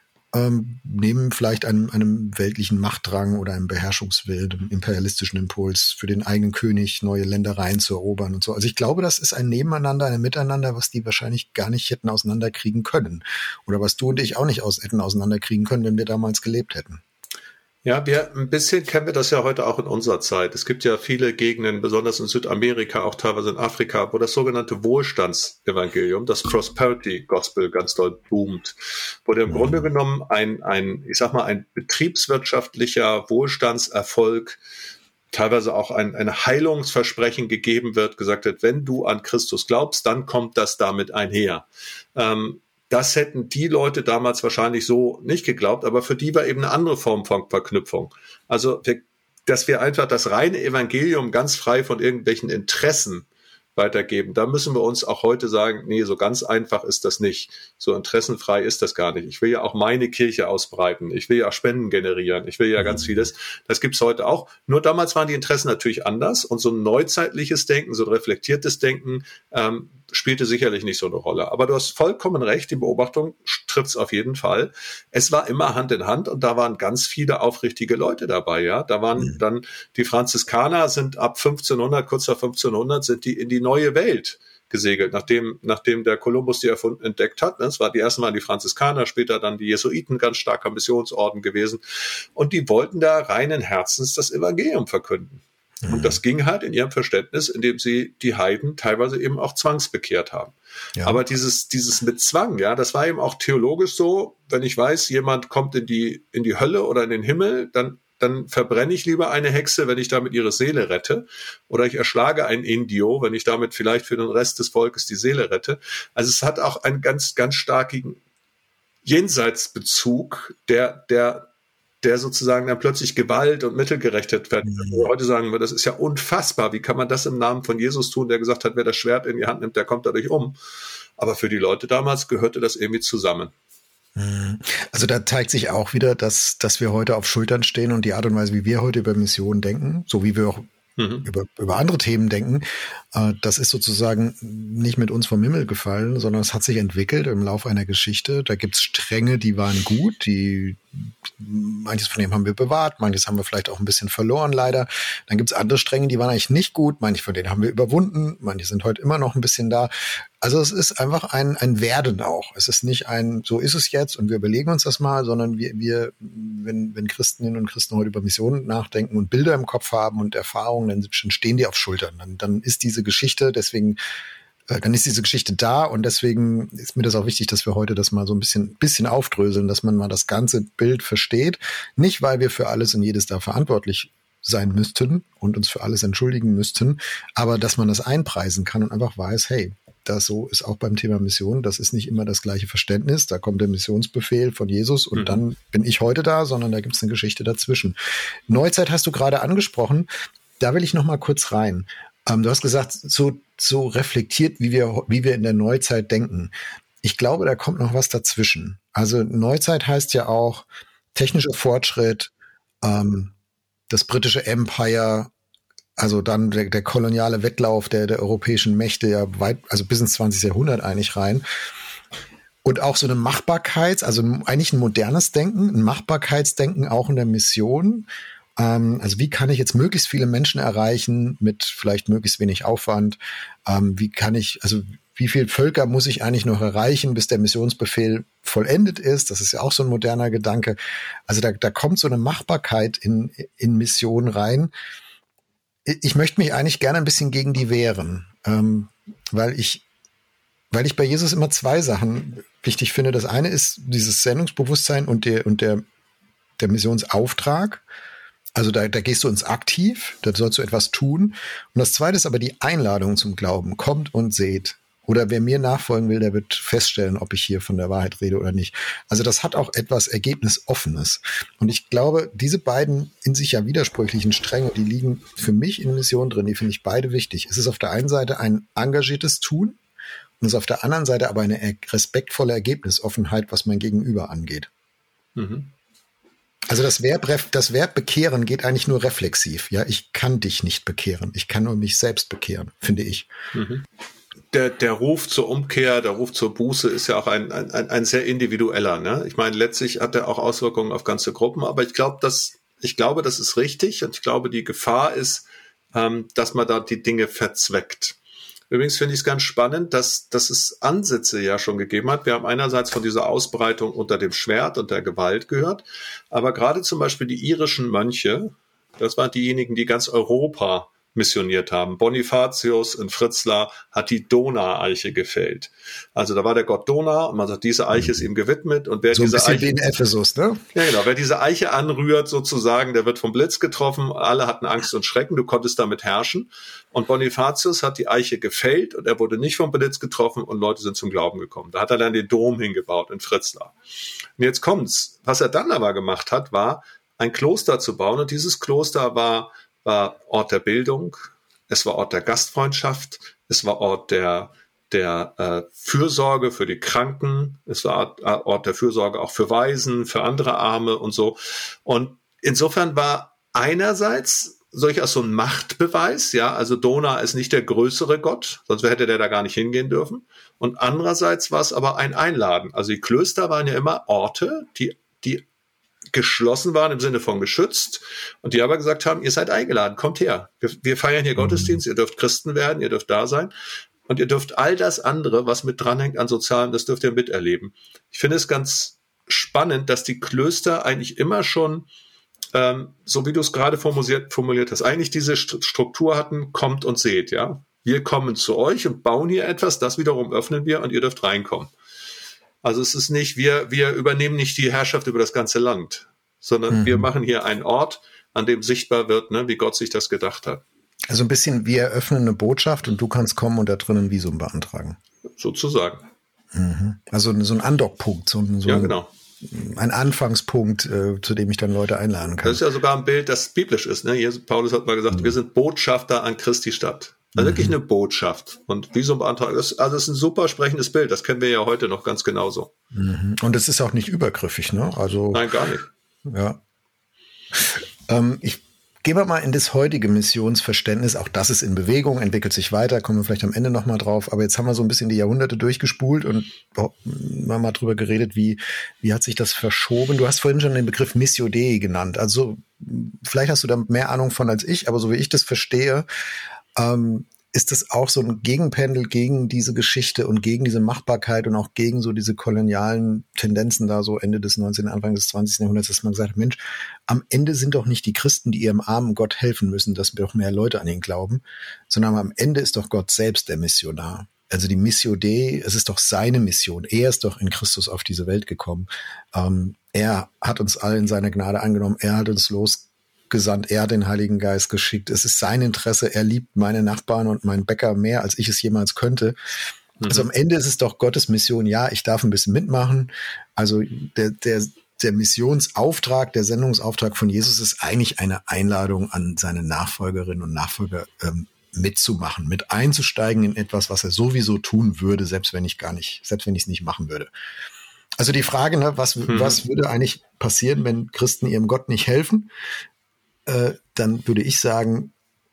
Ähm, neben vielleicht einem, einem weltlichen Machtdrang oder einem Beherrschungswillen, einem imperialistischen Impuls für den eigenen König, neue Ländereien zu erobern und so. Also ich glaube, das ist ein Nebeneinander, ein Miteinander, was die wahrscheinlich gar nicht hätten auseinanderkriegen können. Oder was du und ich auch nicht aus, hätten auseinanderkriegen können, wenn wir damals gelebt hätten. Ja, wir, ein bisschen kennen wir das ja heute auch in unserer Zeit. Es gibt ja viele Gegenden, besonders in Südamerika, auch teilweise in Afrika, wo das sogenannte Wohlstandsevangelium, das Prosperity Gospel ganz doll boomt, wo der im mhm. Grunde genommen ein, ein, ich sag mal, ein betriebswirtschaftlicher Wohlstandserfolg, teilweise auch ein, ein Heilungsversprechen gegeben wird, gesagt wird, wenn du an Christus glaubst, dann kommt das damit einher. Ähm, Das hätten die Leute damals wahrscheinlich so nicht geglaubt, aber für die war eben eine andere Form von Verknüpfung. Also, wir, dass wir einfach das reine Evangelium ganz frei von irgendwelchen Interessen weitergeben. Da müssen wir uns auch heute sagen, nee, so ganz einfach ist das nicht. So interessenfrei ist das gar nicht. Ich will ja auch meine Kirche ausbreiten. Ich will ja auch Spenden generieren. Ich will ja ganz vieles. Das gibt's heute auch. Nur damals waren die Interessen natürlich anders, und so ein neuzeitliches Denken, so ein reflektiertes Denken ähm, spielte sicherlich nicht so eine Rolle. Aber du hast vollkommen recht, die Beobachtung trifft's auf jeden Fall. Es war immer Hand in Hand, und da waren ganz viele aufrichtige Leute dabei. Ja, da waren mhm. dann die Franziskaner, sind ab fünfzehnhundert, kurz vor fünfzehnhundert, sind die in die neue Welt gesegelt, nachdem nachdem der Kolumbus die erfunden, entdeckt hat. Das war die ersten waren die Franziskaner, später dann die Jesuiten, ganz starker Missionsorden gewesen, und die wollten da reinen Herzens das Evangelium verkünden. Mhm. Und das ging halt in ihrem Verständnis, indem sie die Heiden teilweise eben auch zwangsbekehrt haben. Ja. Aber dieses dieses mit Zwang, ja, das war eben auch theologisch so. Wenn ich weiß, jemand kommt in die in die Hölle oder in den Himmel, dann dann verbrenne ich lieber eine Hexe, wenn ich damit ihre Seele rette. Oder ich erschlage ein Indio, wenn ich damit vielleicht für den Rest des Volkes die Seele rette. Also es hat auch einen ganz, ganz starken Jenseitsbezug, der, der, der sozusagen dann plötzlich Gewalt und Mittelgerechtigkeit wird. Mhm. Heute sagen wir, das ist ja unfassbar. Wie kann man das im Namen von Jesus tun, der gesagt hat, wer das Schwert in die Hand nimmt, der kommt dadurch um. Aber für die Leute damals gehörte das irgendwie zusammen. Also da zeigt sich auch wieder, dass, dass wir heute auf Schultern stehen, und die Art und Weise, wie wir heute über Missionen denken, so wie wir auch mhm. über, über andere Themen denken, äh, das ist sozusagen nicht mit uns vom Himmel gefallen, sondern es hat sich entwickelt im Laufe einer Geschichte. Da gibt's Stränge, die waren gut, die manches von dem haben wir bewahrt, manches haben wir vielleicht auch ein bisschen verloren, leider. Dann gibt's andere Stränge, die waren eigentlich nicht gut, manche von denen haben wir überwunden, manche sind heute immer noch ein bisschen da. Also es ist einfach ein ein Werden auch. Es ist nicht ein, so ist es jetzt und wir überlegen uns das mal, sondern wir, wir wenn wenn Christinnen und Christen heute über Missionen nachdenken und Bilder im Kopf haben und Erfahrungen, dann stehen die auf Schultern. Dann, dann ist diese Geschichte, deswegen dann ist diese Geschichte da, und deswegen ist mir das auch wichtig, dass wir heute das mal so ein bisschen, bisschen aufdröseln, dass man mal das ganze Bild versteht. Nicht, weil wir für alles und jedes da verantwortlich sein müssten und uns für alles entschuldigen müssten, aber dass man das einpreisen kann und einfach weiß, hey, das so ist auch beim Thema Mission, das ist nicht immer das gleiche Verständnis, da kommt der Missionsbefehl von Jesus und mhm. dann bin ich heute da, sondern da gibt es eine Geschichte dazwischen. Neuzeit hast du gerade angesprochen, da will ich noch mal kurz rein. Ähm, du hast gesagt, so, so reflektiert, wie wir, wie wir in der Neuzeit denken. Ich glaube, da kommt noch was dazwischen. Also Neuzeit heißt ja auch technischer Fortschritt, ähm, das britische Empire, also dann der, der koloniale Wettlauf der, der europäischen Mächte ja weit, also bis ins zwanzigste Jahrhundert eigentlich rein. und auch so eine Machbarkeit, also eigentlich ein modernes Denken, ein Machbarkeitsdenken auch in der Mission. Ähm, also wie kann ich jetzt möglichst viele Menschen erreichen mit vielleicht möglichst wenig Aufwand? Ähm, wie kann ich, also wie viele Völker muss ich eigentlich noch erreichen, bis der Missionsbefehl vollendet ist? Das ist ja auch so ein moderner Gedanke. Also da, da kommt so eine Machbarkeit in, in Mission rein. Ich möchte mich eigentlich gerne ein bisschen gegen die wehren, ähm, weil ich Weil ich bei Jesus immer zwei Sachen wichtig finde. Das eine ist dieses Sendungsbewusstsein und der, und der, der Missionsauftrag. Also da, da gehst du ins Aktiv, da sollst du etwas tun. Und das zweite ist aber die Einladung zum Glauben. Kommt und seht. Oder wer mir nachfolgen will, der wird feststellen, ob ich hier von der Wahrheit rede oder nicht. Also das hat auch etwas Ergebnisoffenes. Und ich glaube, diese beiden in sich ja widersprüchlichen Stränge, die liegen für mich in Mission drin, die finde ich beide wichtig. Es ist auf der einen Seite ein engagiertes Tun, und es ist auf der anderen Seite aber eine respektvolle Ergebnisoffenheit, was mein Gegenüber angeht. Mhm. Also das Verb, das Verb bekehren geht eigentlich nur reflexiv. Ja, ich kann dich nicht bekehren. Ich kann nur mich selbst bekehren, finde ich. Mhm. Der, der Ruf zur Umkehr, der Ruf zur Buße ist ja auch ein, ein, ein sehr individueller. Ne? Ich meine, letztlich hat er auch Auswirkungen auf ganze Gruppen, aber ich glaube, dass, ich glaube, das ist richtig und ich glaube, die Gefahr ist, ähm, dass man da die Dinge verzweckt. Übrigens finde ich es ganz spannend, dass, dass es Ansätze ja schon gegeben hat. Wir haben einerseits von dieser Ausbreitung unter dem Schwert und der Gewalt gehört, aber gerade zum Beispiel die irischen Mönche, das waren diejenigen, die ganz Europa missioniert haben. Bonifatius in Fritzlar hat die Donau-Eiche gefällt. Also da war der Gott Donau und man sagt, diese Eiche ist ihm gewidmet und wer so ein diese bisschen Eiche wie in Ephesus, ne? Ja, genau. Wer diese Eiche anrührt, sozusagen, der wird vom Blitz getroffen. Alle hatten Angst und Schrecken. Du konntest damit herrschen. Und Bonifatius hat die Eiche gefällt und er wurde nicht vom Blitz getroffen und Leute sind zum Glauben gekommen. Da hat er dann den Dom hingebaut in Fritzlar. Und jetzt kommt's. Was er dann aber gemacht hat, war, ein Kloster zu bauen. Und dieses Kloster war, war Ort der Bildung. Es war Ort der Gastfreundschaft. Es war Ort der der äh, Fürsorge für die Kranken, es war Ort der Fürsorge auch für Waisen, für andere Arme und so. Und insofern war einerseits durchaus so ein Machtbeweis, ja, also Donau ist nicht der größere Gott, sonst hätte der da gar nicht hingehen dürfen. Und andererseits war es aber ein Einladen. Also die Klöster waren ja immer Orte, die, die geschlossen waren im Sinne von geschützt und die aber gesagt haben, ihr seid eingeladen, kommt her. Wir, wir feiern hier Gottesdienst, ihr dürft Christen werden, ihr dürft da sein. Und ihr dürft all das andere, was mit dranhängt an Sozialen, das dürft ihr miterleben. Ich finde es ganz spannend, dass die Klöster eigentlich immer schon, ähm, so wie du es gerade formuliert, formuliert hast, eigentlich diese Struktur hatten, kommt und seht, ja. Wir kommen zu euch und bauen hier etwas, das wiederum öffnen wir und ihr dürft reinkommen. Also es ist nicht, wir, wir übernehmen nicht die Herrschaft über das ganze Land, sondern mhm. wir machen hier einen Ort, an dem sichtbar wird, ne, wie Gott sich das gedacht hat. Also ein bisschen, wir eröffnen eine Botschaft und du kannst kommen und da drin ein Visum beantragen. Sozusagen. Mhm. Also so ein Andockpunkt, so, so ja, genau. ein Anfangspunkt, äh, zu dem ich dann Leute einladen kann. Das ist ja sogar ein Bild, das biblisch ist. Ne? Jesus, Paulus hat mal gesagt, mhm. wir sind Botschafter an Christi Stadt. Also mhm. wirklich eine Botschaft. Und Visum beantragen, das, also das ist ein super sprechendes Bild. Das kennen wir ja heute noch ganz genauso. Mhm. Und es ist auch nicht übergriffig, ne? Also nein, gar nicht. Ja. Ähm, ich Gehen wir mal in das heutige Missionsverständnis. Auch das ist in Bewegung, entwickelt sich weiter, kommen wir vielleicht am Ende nochmal drauf. Aber jetzt haben wir so ein bisschen die Jahrhunderte durchgespult und haben mal drüber geredet, wie, wie hat sich das verschoben. Du hast vorhin schon den Begriff Missio Dei genannt. Also vielleicht hast du da mehr Ahnung von als ich, aber so wie ich das verstehe, ähm, ist das auch so ein Gegenpendel gegen diese Geschichte und gegen diese Machbarkeit und auch gegen so diese kolonialen Tendenzen da so Ende des neunzehnten, Anfang des zwanzigsten Jahrhunderts, dass man gesagt hat, Mensch, am Ende sind doch nicht die Christen, die ihrem armen Gott helfen müssen, dass doch mehr Leute an ihn glauben, sondern am Ende ist doch Gott selbst der Missionar. Also die Missio Dei, es ist doch seine Mission. Er ist doch in Christus auf diese Welt gekommen. Ähm, er hat uns alle in seiner Gnade angenommen. Er hat uns losgesandt. Er hat den Heiligen Geist geschickt. Es ist sein Interesse. Er liebt meine Nachbarn und meinen Bäcker mehr, als ich es jemals könnte. Mhm. Also am Ende ist es doch Gottes Mission. Ja, ich darf ein bisschen mitmachen. Also der, der, der Missionsauftrag, der Sendungsauftrag von Jesus ist eigentlich eine Einladung an seine Nachfolgerinnen und Nachfolger, ähm, mitzumachen, mit einzusteigen in etwas, was er sowieso tun würde, selbst wenn ich gar nicht, selbst wenn ich es nicht machen würde. Also die Frage, ne, was, mhm. was würde eigentlich passieren, wenn Christen ihrem Gott nicht helfen? Äh, dann würde ich sagen,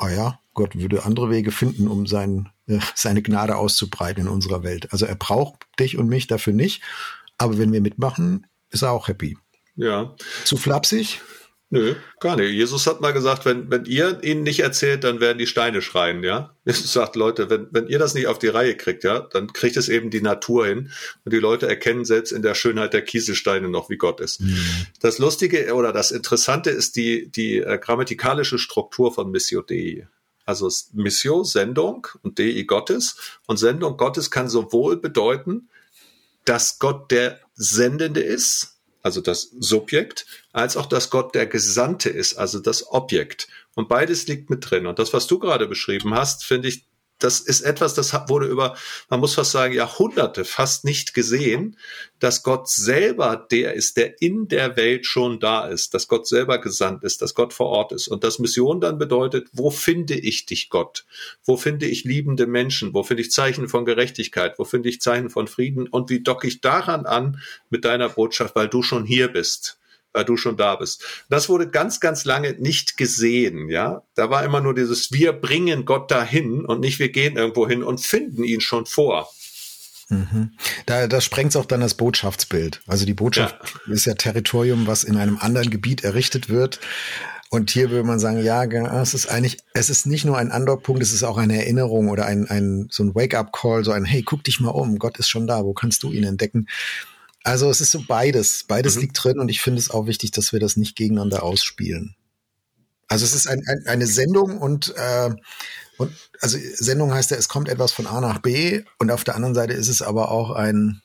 ah ja, Gott würde andere Wege finden, um sein, äh, seine Gnade auszubreiten in unserer Welt. Also er braucht dich und mich dafür nicht, aber wenn wir mitmachen, ist er auch happy. Ja. Zu flapsig? Nö, gar nicht. Jesus hat mal gesagt, wenn, wenn ihr ihnen nicht erzählt, dann werden die Steine schreien, ja. Jesus sagt, Leute, wenn, wenn ihr das nicht auf die Reihe kriegt, ja, dann kriegt es eben die Natur hin und die Leute erkennen selbst in der Schönheit der Kieselsteine noch, wie Gott ist. Mhm. Das Lustige oder das Interessante ist die, die äh, grammatikalische Struktur von Missio Dei. Also Missio, Sendung und Dei Gottes. Und Sendung Gottes kann sowohl bedeuten, dass Gott der Sendende ist, also das Subjekt, als auch, dass Gott der Gesandte ist, also das Objekt. Und beides liegt mit drin. Und das, was du gerade beschrieben hast, finde ich, das ist etwas, das wurde über, man muss fast sagen, Jahrhunderte fast nicht gesehen, dass Gott selber der ist, der in der Welt schon da ist, dass Gott selber gesandt ist, dass Gott vor Ort ist. Und dass Mission dann bedeutet, wo finde ich dich, Gott? Wo finde ich liebende Menschen? Wo finde ich Zeichen von Gerechtigkeit? Wo finde ich Zeichen von Frieden? Und wie docke ich daran an mit deiner Botschaft, weil du schon hier bist? Weil du schon da bist. Das wurde ganz, ganz lange nicht gesehen, ja. Da war immer nur dieses, wir bringen Gott dahin und nicht wir gehen irgendwo hin und finden ihn schon vor. Mhm. Da, da sprengt auch dann das Botschaftsbild. Also die Botschaft ja. ist ja Territorium, was in einem anderen Gebiet errichtet wird. Und hier würde man sagen, ja, es ist eigentlich, es ist nicht nur ein Andockpunkt, es ist auch eine Erinnerung oder ein, ein, so ein Wake-up-Call, so ein, hey, guck dich mal um, Gott ist schon da, wo kannst du ihn entdecken? Also es ist so beides. Beides mhm. liegt drin und ich finde es auch wichtig, dass wir das nicht gegeneinander ausspielen. Also es ist ein, ein, eine Sendung und, äh, und also Sendung heißt ja, es kommt etwas von A nach B und auf der anderen Seite ist es aber auch ein,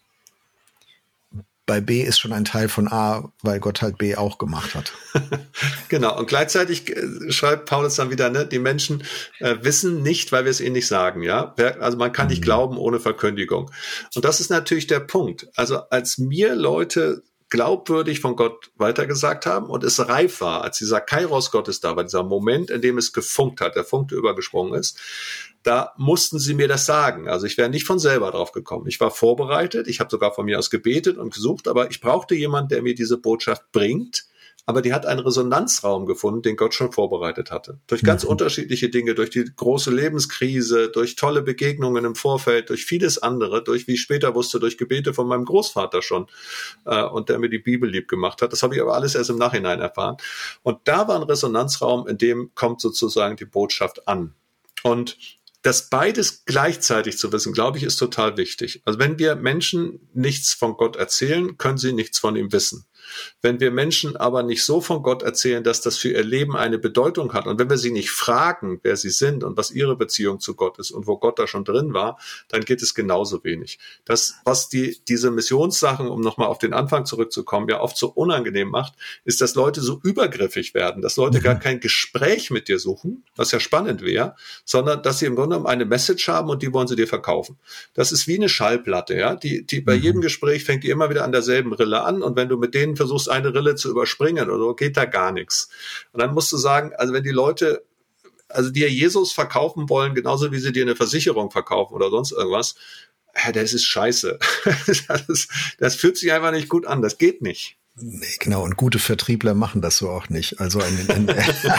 bei B ist schon ein Teil von A, weil Gott halt B auch gemacht hat. Genau, und gleichzeitig schreibt Paulus dann wieder, ne, die Menschen äh, wissen nicht, weil wir es ihnen nicht sagen, ja. Also man kann nicht mhm. glauben ohne Verkündigung. Und das ist natürlich der Punkt. Also als mir Leute glaubwürdig von Gott weitergesagt haben und es reif war, als dieser Kairos Gottes da war, dieser Moment, in dem es gefunkt hat, der Funke übergesprungen ist, da mussten sie mir das sagen. Also ich wäre nicht von selber drauf gekommen. Ich war vorbereitet, ich habe sogar von mir aus gebetet und gesucht, aber ich brauchte jemanden, der mir diese Botschaft bringt. Aber die hat einen Resonanzraum gefunden, den Gott schon vorbereitet hatte. Durch ganz mhm. unterschiedliche Dinge, durch die große Lebenskrise, durch tolle Begegnungen im Vorfeld, durch vieles andere, durch, wie ich später wusste, durch Gebete von meinem Großvater schon äh, und der mir die Bibel lieb gemacht hat. Das habe ich aber alles erst im Nachhinein erfahren. Und da war ein Resonanzraum, in dem kommt sozusagen die Botschaft an. Und das beides gleichzeitig zu wissen, glaube ich, ist total wichtig. Also wenn wir Menschen nichts von Gott erzählen, können sie nichts von ihm wissen. Wenn wir Menschen aber nicht so von Gott erzählen, dass das für ihr Leben eine Bedeutung hat und wenn wir sie nicht fragen, wer sie sind und was ihre Beziehung zu Gott ist und wo Gott da schon drin war, dann geht es genauso wenig. Das, was die diese Missionssachen, um nochmal auf den Anfang zurückzukommen, ja oft so unangenehm macht, ist, dass Leute so übergriffig werden, dass Leute mhm. gar kein Gespräch mit dir suchen, was ja spannend wäre, sondern dass sie im Grunde genommen eine Message haben und die wollen sie dir verkaufen. Das ist wie eine Schallplatte, ja, die, die bei mhm. jedem Gespräch fängt die immer wieder an derselben Rille an und wenn du mit denen versuchst, eine Rille zu überspringen oder so, geht da gar nichts. Und dann musst du sagen, also wenn die Leute, also dir Jesus verkaufen wollen, genauso wie sie dir eine Versicherung verkaufen oder sonst irgendwas, das ist scheiße. Das, das fühlt sich einfach nicht gut an, das geht nicht. Nee, genau, und gute Vertriebler machen das so auch nicht. Also ein, ein,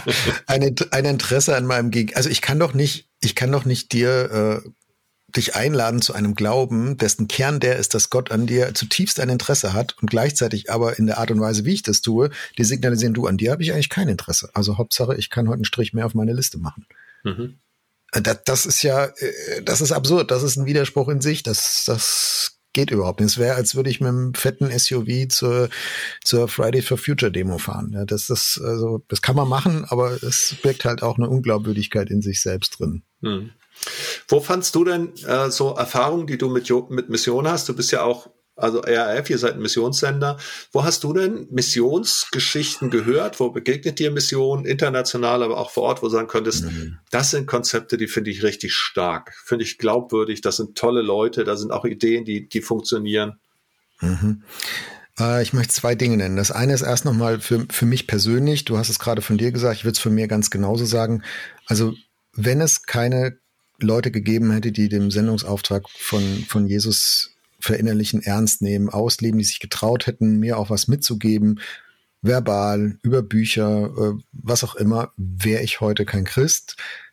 ein, ein Interesse an meinem Gegenüber. Also ich kann doch nicht, ich kann doch nicht dir äh, dich einladen zu einem Glauben, dessen Kern der ist, dass Gott an dir zutiefst ein Interesse hat und gleichzeitig aber in der Art und Weise, wie ich das tue, dir signalisieren, du, an dir habe ich eigentlich kein Interesse. Also Hauptsache, ich kann heute einen Strich mehr auf meine Liste machen. Mhm. Das, das ist ja, das ist absurd, das ist ein Widerspruch in sich, das, das geht überhaupt nicht. Es wäre, als würde ich mit einem fetten S U V zur, zur Friday for Future Demo fahren. Ja, das ist, also, das kann man machen, aber es birgt halt auch eine Unglaubwürdigkeit in sich selbst drin. Mhm. Wo fandst du denn äh, so Erfahrungen, die du mit, jo- mit Mission hast? Du bist ja auch, also R A F, ihr seid ein Missionssender. Wo hast du denn Missionsgeschichten gehört? Wo begegnet dir Mission, international, aber auch vor Ort, wo du sagen könntest, mhm. das sind Konzepte, die finde ich richtig stark, finde ich glaubwürdig, das sind tolle Leute, da sind auch Ideen, die, die funktionieren. Mhm. Äh, ich möchte zwei Dinge nennen. Das eine ist erst nochmal für, für mich persönlich, du hast es gerade von dir gesagt, ich würde es von mir ganz genauso sagen. Also wenn es keine Leute gegeben hätte, die den Sendungsauftrag von, von Jesus verinnerlichen, ernst nehmen, ausleben, die sich getraut hätten, mir auch was mitzugeben, verbal, über Bücher, äh, was auch immer, wäre ich heute kein Christ.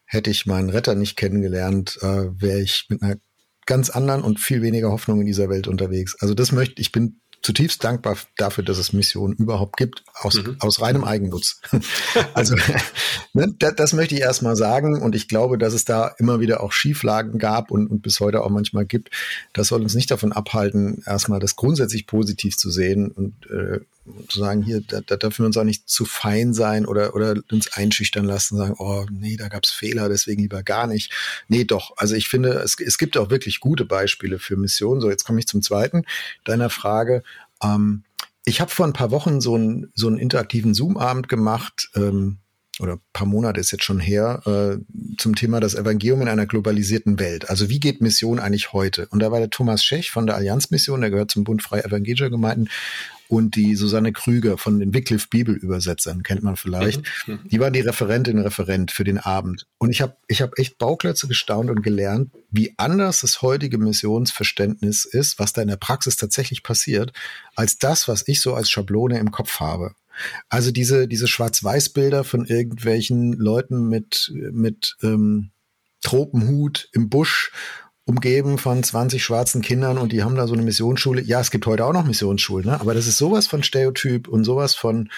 hätte ich meinen Retter nicht kennengelernt, äh, wäre ich mit einer ganz anderen und viel weniger Hoffnung in dieser Welt unterwegs. Also das möchte ich bin zutiefst dankbar dafür, dass es Missionen überhaupt gibt, aus, mhm. aus reinem Eigennutz. Also ne, das, das möchte ich erstmal sagen und ich glaube, dass es da immer wieder auch Schieflagen gab und, und bis heute auch manchmal gibt. Das soll uns nicht davon abhalten, erstmal das grundsätzlich positiv zu sehen und äh, zu sagen, hier, da, da dürfen wir uns auch nicht zu fein sein oder, oder uns einschüchtern lassen, sagen, oh nee, da gab's Fehler, deswegen lieber gar nicht. Nee, doch. Also ich finde, es, es gibt auch wirklich gute Beispiele für Missionen. So, jetzt komme ich zum zweiten deiner Frage. Ähm, ich habe vor ein paar Wochen so, ein, so einen interaktiven Zoom-Abend gemacht, ähm, oder ein paar Monate ist jetzt schon her, äh, zum Thema das Evangelium in einer globalisierten Welt. Also wie geht Mission eigentlich heute? Und da war der Thomas Schech von der Allianzmission, der gehört zum Bund Freie Evangelischer Gemeinden, und die Susanne Krüger von den Wycliffe Bibelübersetzern, kennt man vielleicht. Mhm. Die war die Referentin, Referent für den Abend. Und ich habe ich hab echt Bauklötze gestaunt und gelernt, wie anders das heutige Missionsverständnis ist, was da in der Praxis tatsächlich passiert, als das, was ich so als Schablone im Kopf habe. Also diese diese Schwarz-Weiß-Bilder von irgendwelchen Leuten mit mit ähm, Tropenhut im Busch, umgeben von zwanzig schwarzen Kindern und die haben da so eine Missionsschule. Ja, es gibt heute auch noch Missionsschulen, ne? Aber das ist sowas von Stereotyp und sowas von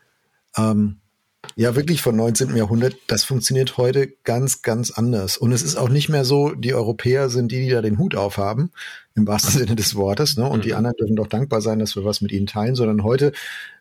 ähm, ja wirklich von neunzehnten Jahrhundert. Das funktioniert heute ganz, ganz anders. Und es ist auch nicht mehr so, die Europäer sind die, die da den Hut aufhaben, im wahrsten Sinne des Wortes, ne? Und mhm. die anderen dürfen doch dankbar sein, dass wir was mit ihnen teilen, sondern heute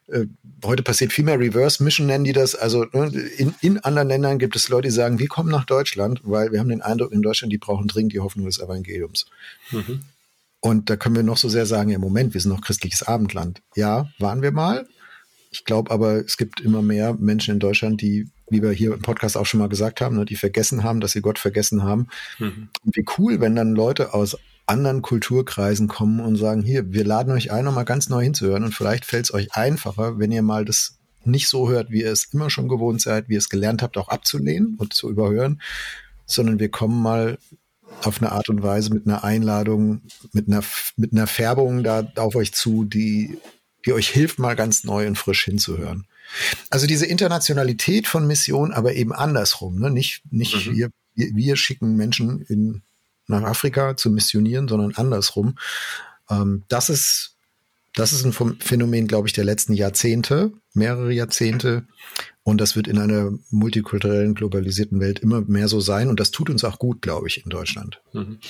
Heute passiert viel mehr Reverse Mission, nennen die das. Also in, in anderen Ländern gibt es Leute, die sagen, wir kommen nach Deutschland, weil wir haben den Eindruck, in Deutschland, die brauchen dringend die Hoffnung des Evangeliums. Mhm. Und da können wir noch so sehr sagen, ja Moment, wir sind noch christliches Abendland. Ja, waren wir mal. Ich glaube aber, es gibt immer mehr Menschen in Deutschland, die, wie wir hier im Podcast auch schon mal gesagt haben, die vergessen haben, dass sie Gott vergessen haben. Mhm. Und wie cool, wenn dann Leute aus anderen Kulturkreisen kommen und sagen, hier, wir laden euch ein, nochmal ganz neu hinzuhören und vielleicht fällt es euch einfacher, wenn ihr mal das nicht so hört, wie ihr es immer schon gewohnt seid, wie ihr es gelernt habt, auch abzulehnen und zu überhören, sondern wir kommen mal auf eine Art und Weise mit einer Einladung, mit einer, mit einer Färbung da auf euch zu, die, die euch hilft, mal ganz neu und frisch hinzuhören. Also diese Internationalität von Mission, aber eben andersrum, ne? Nicht, nicht mhm. wir, wir schicken Menschen in nach Afrika zu missionieren, sondern andersrum. Ähm, das ist, das ist ein Phänomen, glaube ich, der letzten Jahrzehnte, mehrere Jahrzehnte. Und das wird in einer multikulturellen, globalisierten Welt immer mehr so sein. Und das tut uns auch gut, glaube ich, in Deutschland.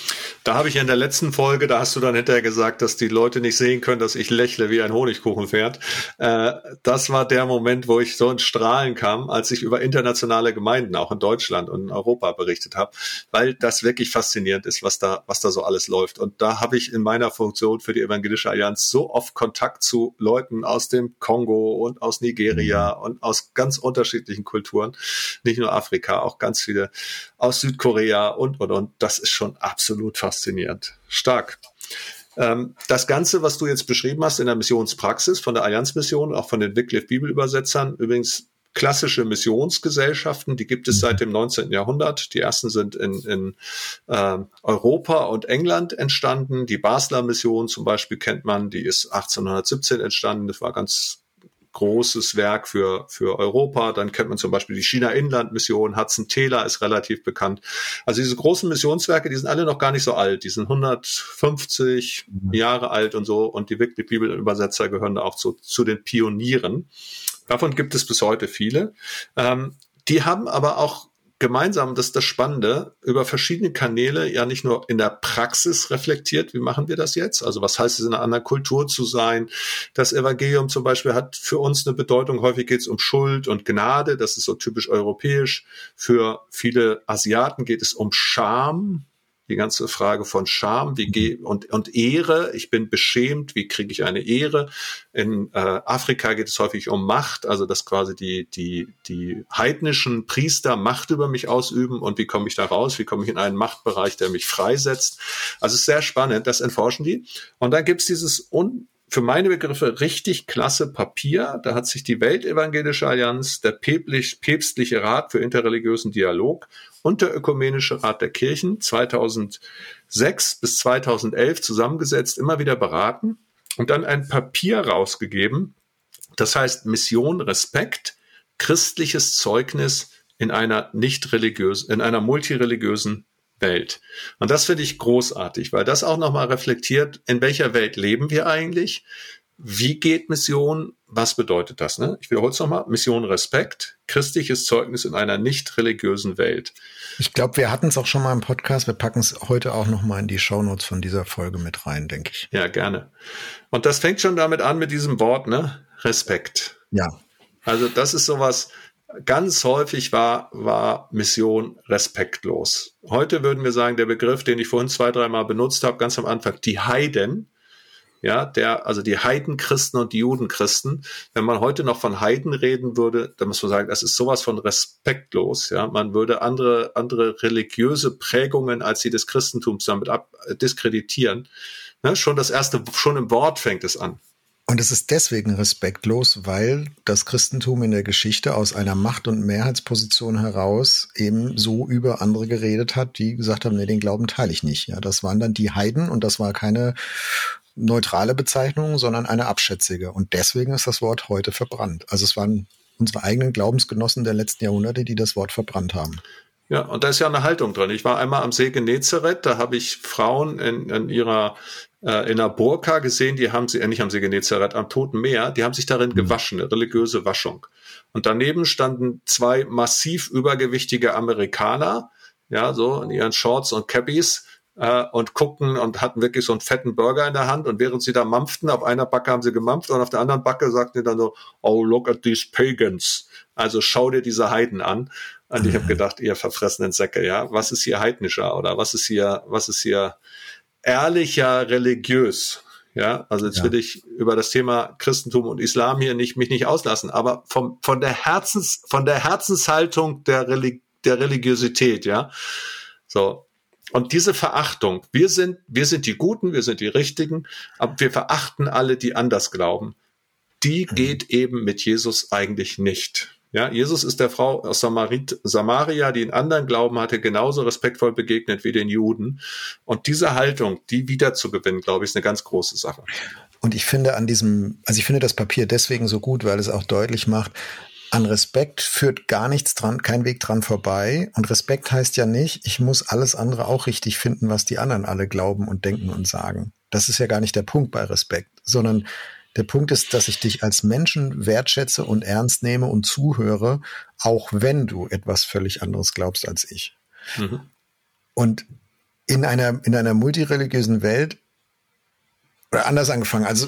Da habe ich ja in der letzten Folge, da hast du dann hinterher gesagt, dass die Leute nicht sehen können, dass ich lächle wie ein Honigkuchenpferd. Äh, das war der Moment, wo ich so ins Strahlen kam, als ich über internationale Gemeinden auch in Deutschland und in Europa berichtet habe, weil das wirklich faszinierend ist, was da, was da so alles läuft. Und da habe ich in meiner Funktion für die Evangelische Allianz so oft Kontakt zu Leuten aus dem Kongo und aus Nigeria mhm. und aus ganz unterschiedlichen Kulturen, nicht nur Afrika, auch ganz viele aus Südkorea und, und, und. Das ist schon absolut faszinierend. Stark. Ähm, das Ganze, was du jetzt beschrieben hast in der Missionspraxis von der Allianzmission, auch von den Wycliffe Bibelübersetzern, übrigens klassische Missionsgesellschaften, die gibt es seit dem neunzehnten Jahrhundert. Die ersten sind in, in äh, Europa und England entstanden. Die Basler Mission zum Beispiel kennt man, die ist achtzehnhundertsiebzehn entstanden. Das war ganz großes Werk für, für Europa. Dann kennt man zum Beispiel die China-Inland-Mission. Hudson-Taylor ist relativ bekannt. Also diese großen Missionswerke, die sind alle noch gar nicht so alt. Die sind hundertfünfzig mhm. Jahre alt und so. Und die Wycliffe Bibelübersetzer gehören da auch zu, zu den Pionieren. Davon gibt es bis heute viele. Ähm, die haben aber auch gemeinsam, das ist das Spannende, über verschiedene Kanäle ja nicht nur in der Praxis reflektiert, wie machen wir das jetzt? Also was heißt es, in einer anderen Kultur zu sein? Das Evangelium zum Beispiel hat für uns eine Bedeutung, häufig geht es um Schuld und Gnade, das ist so typisch europäisch. Für viele Asiaten geht es um Scham, die ganze Frage von Scham wie ge- und, und Ehre. Ich bin beschämt, wie kriege ich eine Ehre? In äh, Afrika geht es häufig um Macht, also dass quasi die, die, die heidnischen Priester Macht über mich ausüben und wie komme ich da raus? Wie komme ich in einen Machtbereich, der mich freisetzt? Also es ist sehr spannend, das erforschen die. Und dann gibt es dieses un für meine Begriffe richtig klasse Papier. Da hat sich die Weltevangelische Allianz, der päpstlich, päpstliche Rat für interreligiösen Dialog und der Ökumenische Rat der Kirchen zweitausendsechs bis zweitausendelf zusammengesetzt, immer wieder beraten und dann ein Papier rausgegeben. Das heißt Mission Respekt, christliches Zeugnis in einer nicht religiösen, in einer multireligiösen Welt. Und das finde ich großartig, weil das auch nochmal reflektiert, in welcher Welt leben wir eigentlich? Wie geht Mission? Was bedeutet das? Ne? Ich wiederhole es nochmal. Mission Respekt, christliches Zeugnis in einer nicht religiösen Welt. Ich glaube, wir hatten es auch schon mal im Podcast. Wir packen es heute auch nochmal in die Shownotes von dieser Folge mit rein, denke ich. Ja, gerne. Und das fängt schon damit an mit diesem Wort, ne? Respekt. Ja. Also das ist sowas, ganz häufig war, war Mission respektlos. Heute würden wir sagen, der Begriff, den ich vorhin zwei, dreimal benutzt habe, ganz am Anfang, die Heiden, ja, der, also die Heidenchristen und die Judenchristen. Wenn man heute noch von Heiden reden würde, dann muss man sagen, das ist sowas von respektlos, ja. Man würde andere, andere religiöse Prägungen als die des Christentums damit ab, diskreditieren. Ne, schon das erste, schon im Wort fängt es an. Und es ist deswegen respektlos, weil das Christentum in der Geschichte aus einer Macht- und Mehrheitsposition heraus eben so über andere geredet hat, die gesagt haben, nee, den Glauben teile ich nicht. Ja, das waren dann die Heiden und das war keine neutrale Bezeichnung, sondern eine abschätzige. Und deswegen ist das Wort heute verbrannt. Also es waren unsere eigenen Glaubensgenossen der letzten Jahrhunderte, die das Wort verbrannt haben. Ja, und da ist ja eine Haltung drin. Ich war einmal am See Genezareth, da habe ich Frauen in, in ihrer äh, in einer Burka gesehen, die haben sie, äh, nicht am See Genezareth, am Toten Meer, die haben sich darin mhm. gewaschen, eine religiöse Waschung. Und daneben standen zwei massiv übergewichtige Amerikaner, ja, so in ihren Shorts und Cappies, äh, und guckten und hatten wirklich so einen fetten Burger in der Hand. Und während sie da mampften, auf einer Backe haben sie gemampft und auf der anderen Backe sagten die dann so, oh, look at these pagans. Also schau dir diese Heiden an. Und ich habe gedacht, ihr verfressenen Säcke, ja, was ist hier heidnischer oder was ist hier, was ist hier ehrlicher religiös? Ja, also jetzt ja. will ich über das Thema Christentum und Islam hier nicht, mich nicht auslassen, aber vom, von der Herzens, von der Herzenshaltung der, Reli- der Religiosität, ja, so. Und diese Verachtung, wir sind, wir sind die Guten, wir sind die Richtigen, aber wir verachten alle, die anders glauben. Die mhm. geht eben mit Jesus eigentlich nicht. Ja, Jesus ist der Frau aus Samarit, Samaria, die einen anderen Glauben hatte, genauso respektvoll begegnet wie den Juden. Und diese Haltung, die wiederzugewinnen, glaube ich, ist eine ganz große Sache. Und ich finde an diesem, also ich finde das Papier deswegen so gut, weil es auch deutlich macht, an Respekt führt gar nichts dran, kein Weg dran vorbei. Und Respekt heißt ja nicht, ich muss alles andere auch richtig finden, was die anderen alle glauben und denken und sagen. Das ist ja gar nicht der Punkt bei Respekt, sondern der Punkt ist, dass ich dich als Menschen wertschätze und ernst nehme und zuhöre, auch wenn du etwas völlig anderes glaubst als ich. Mhm. Und in einer, in einer multireligiösen Welt, oder anders angefangen, also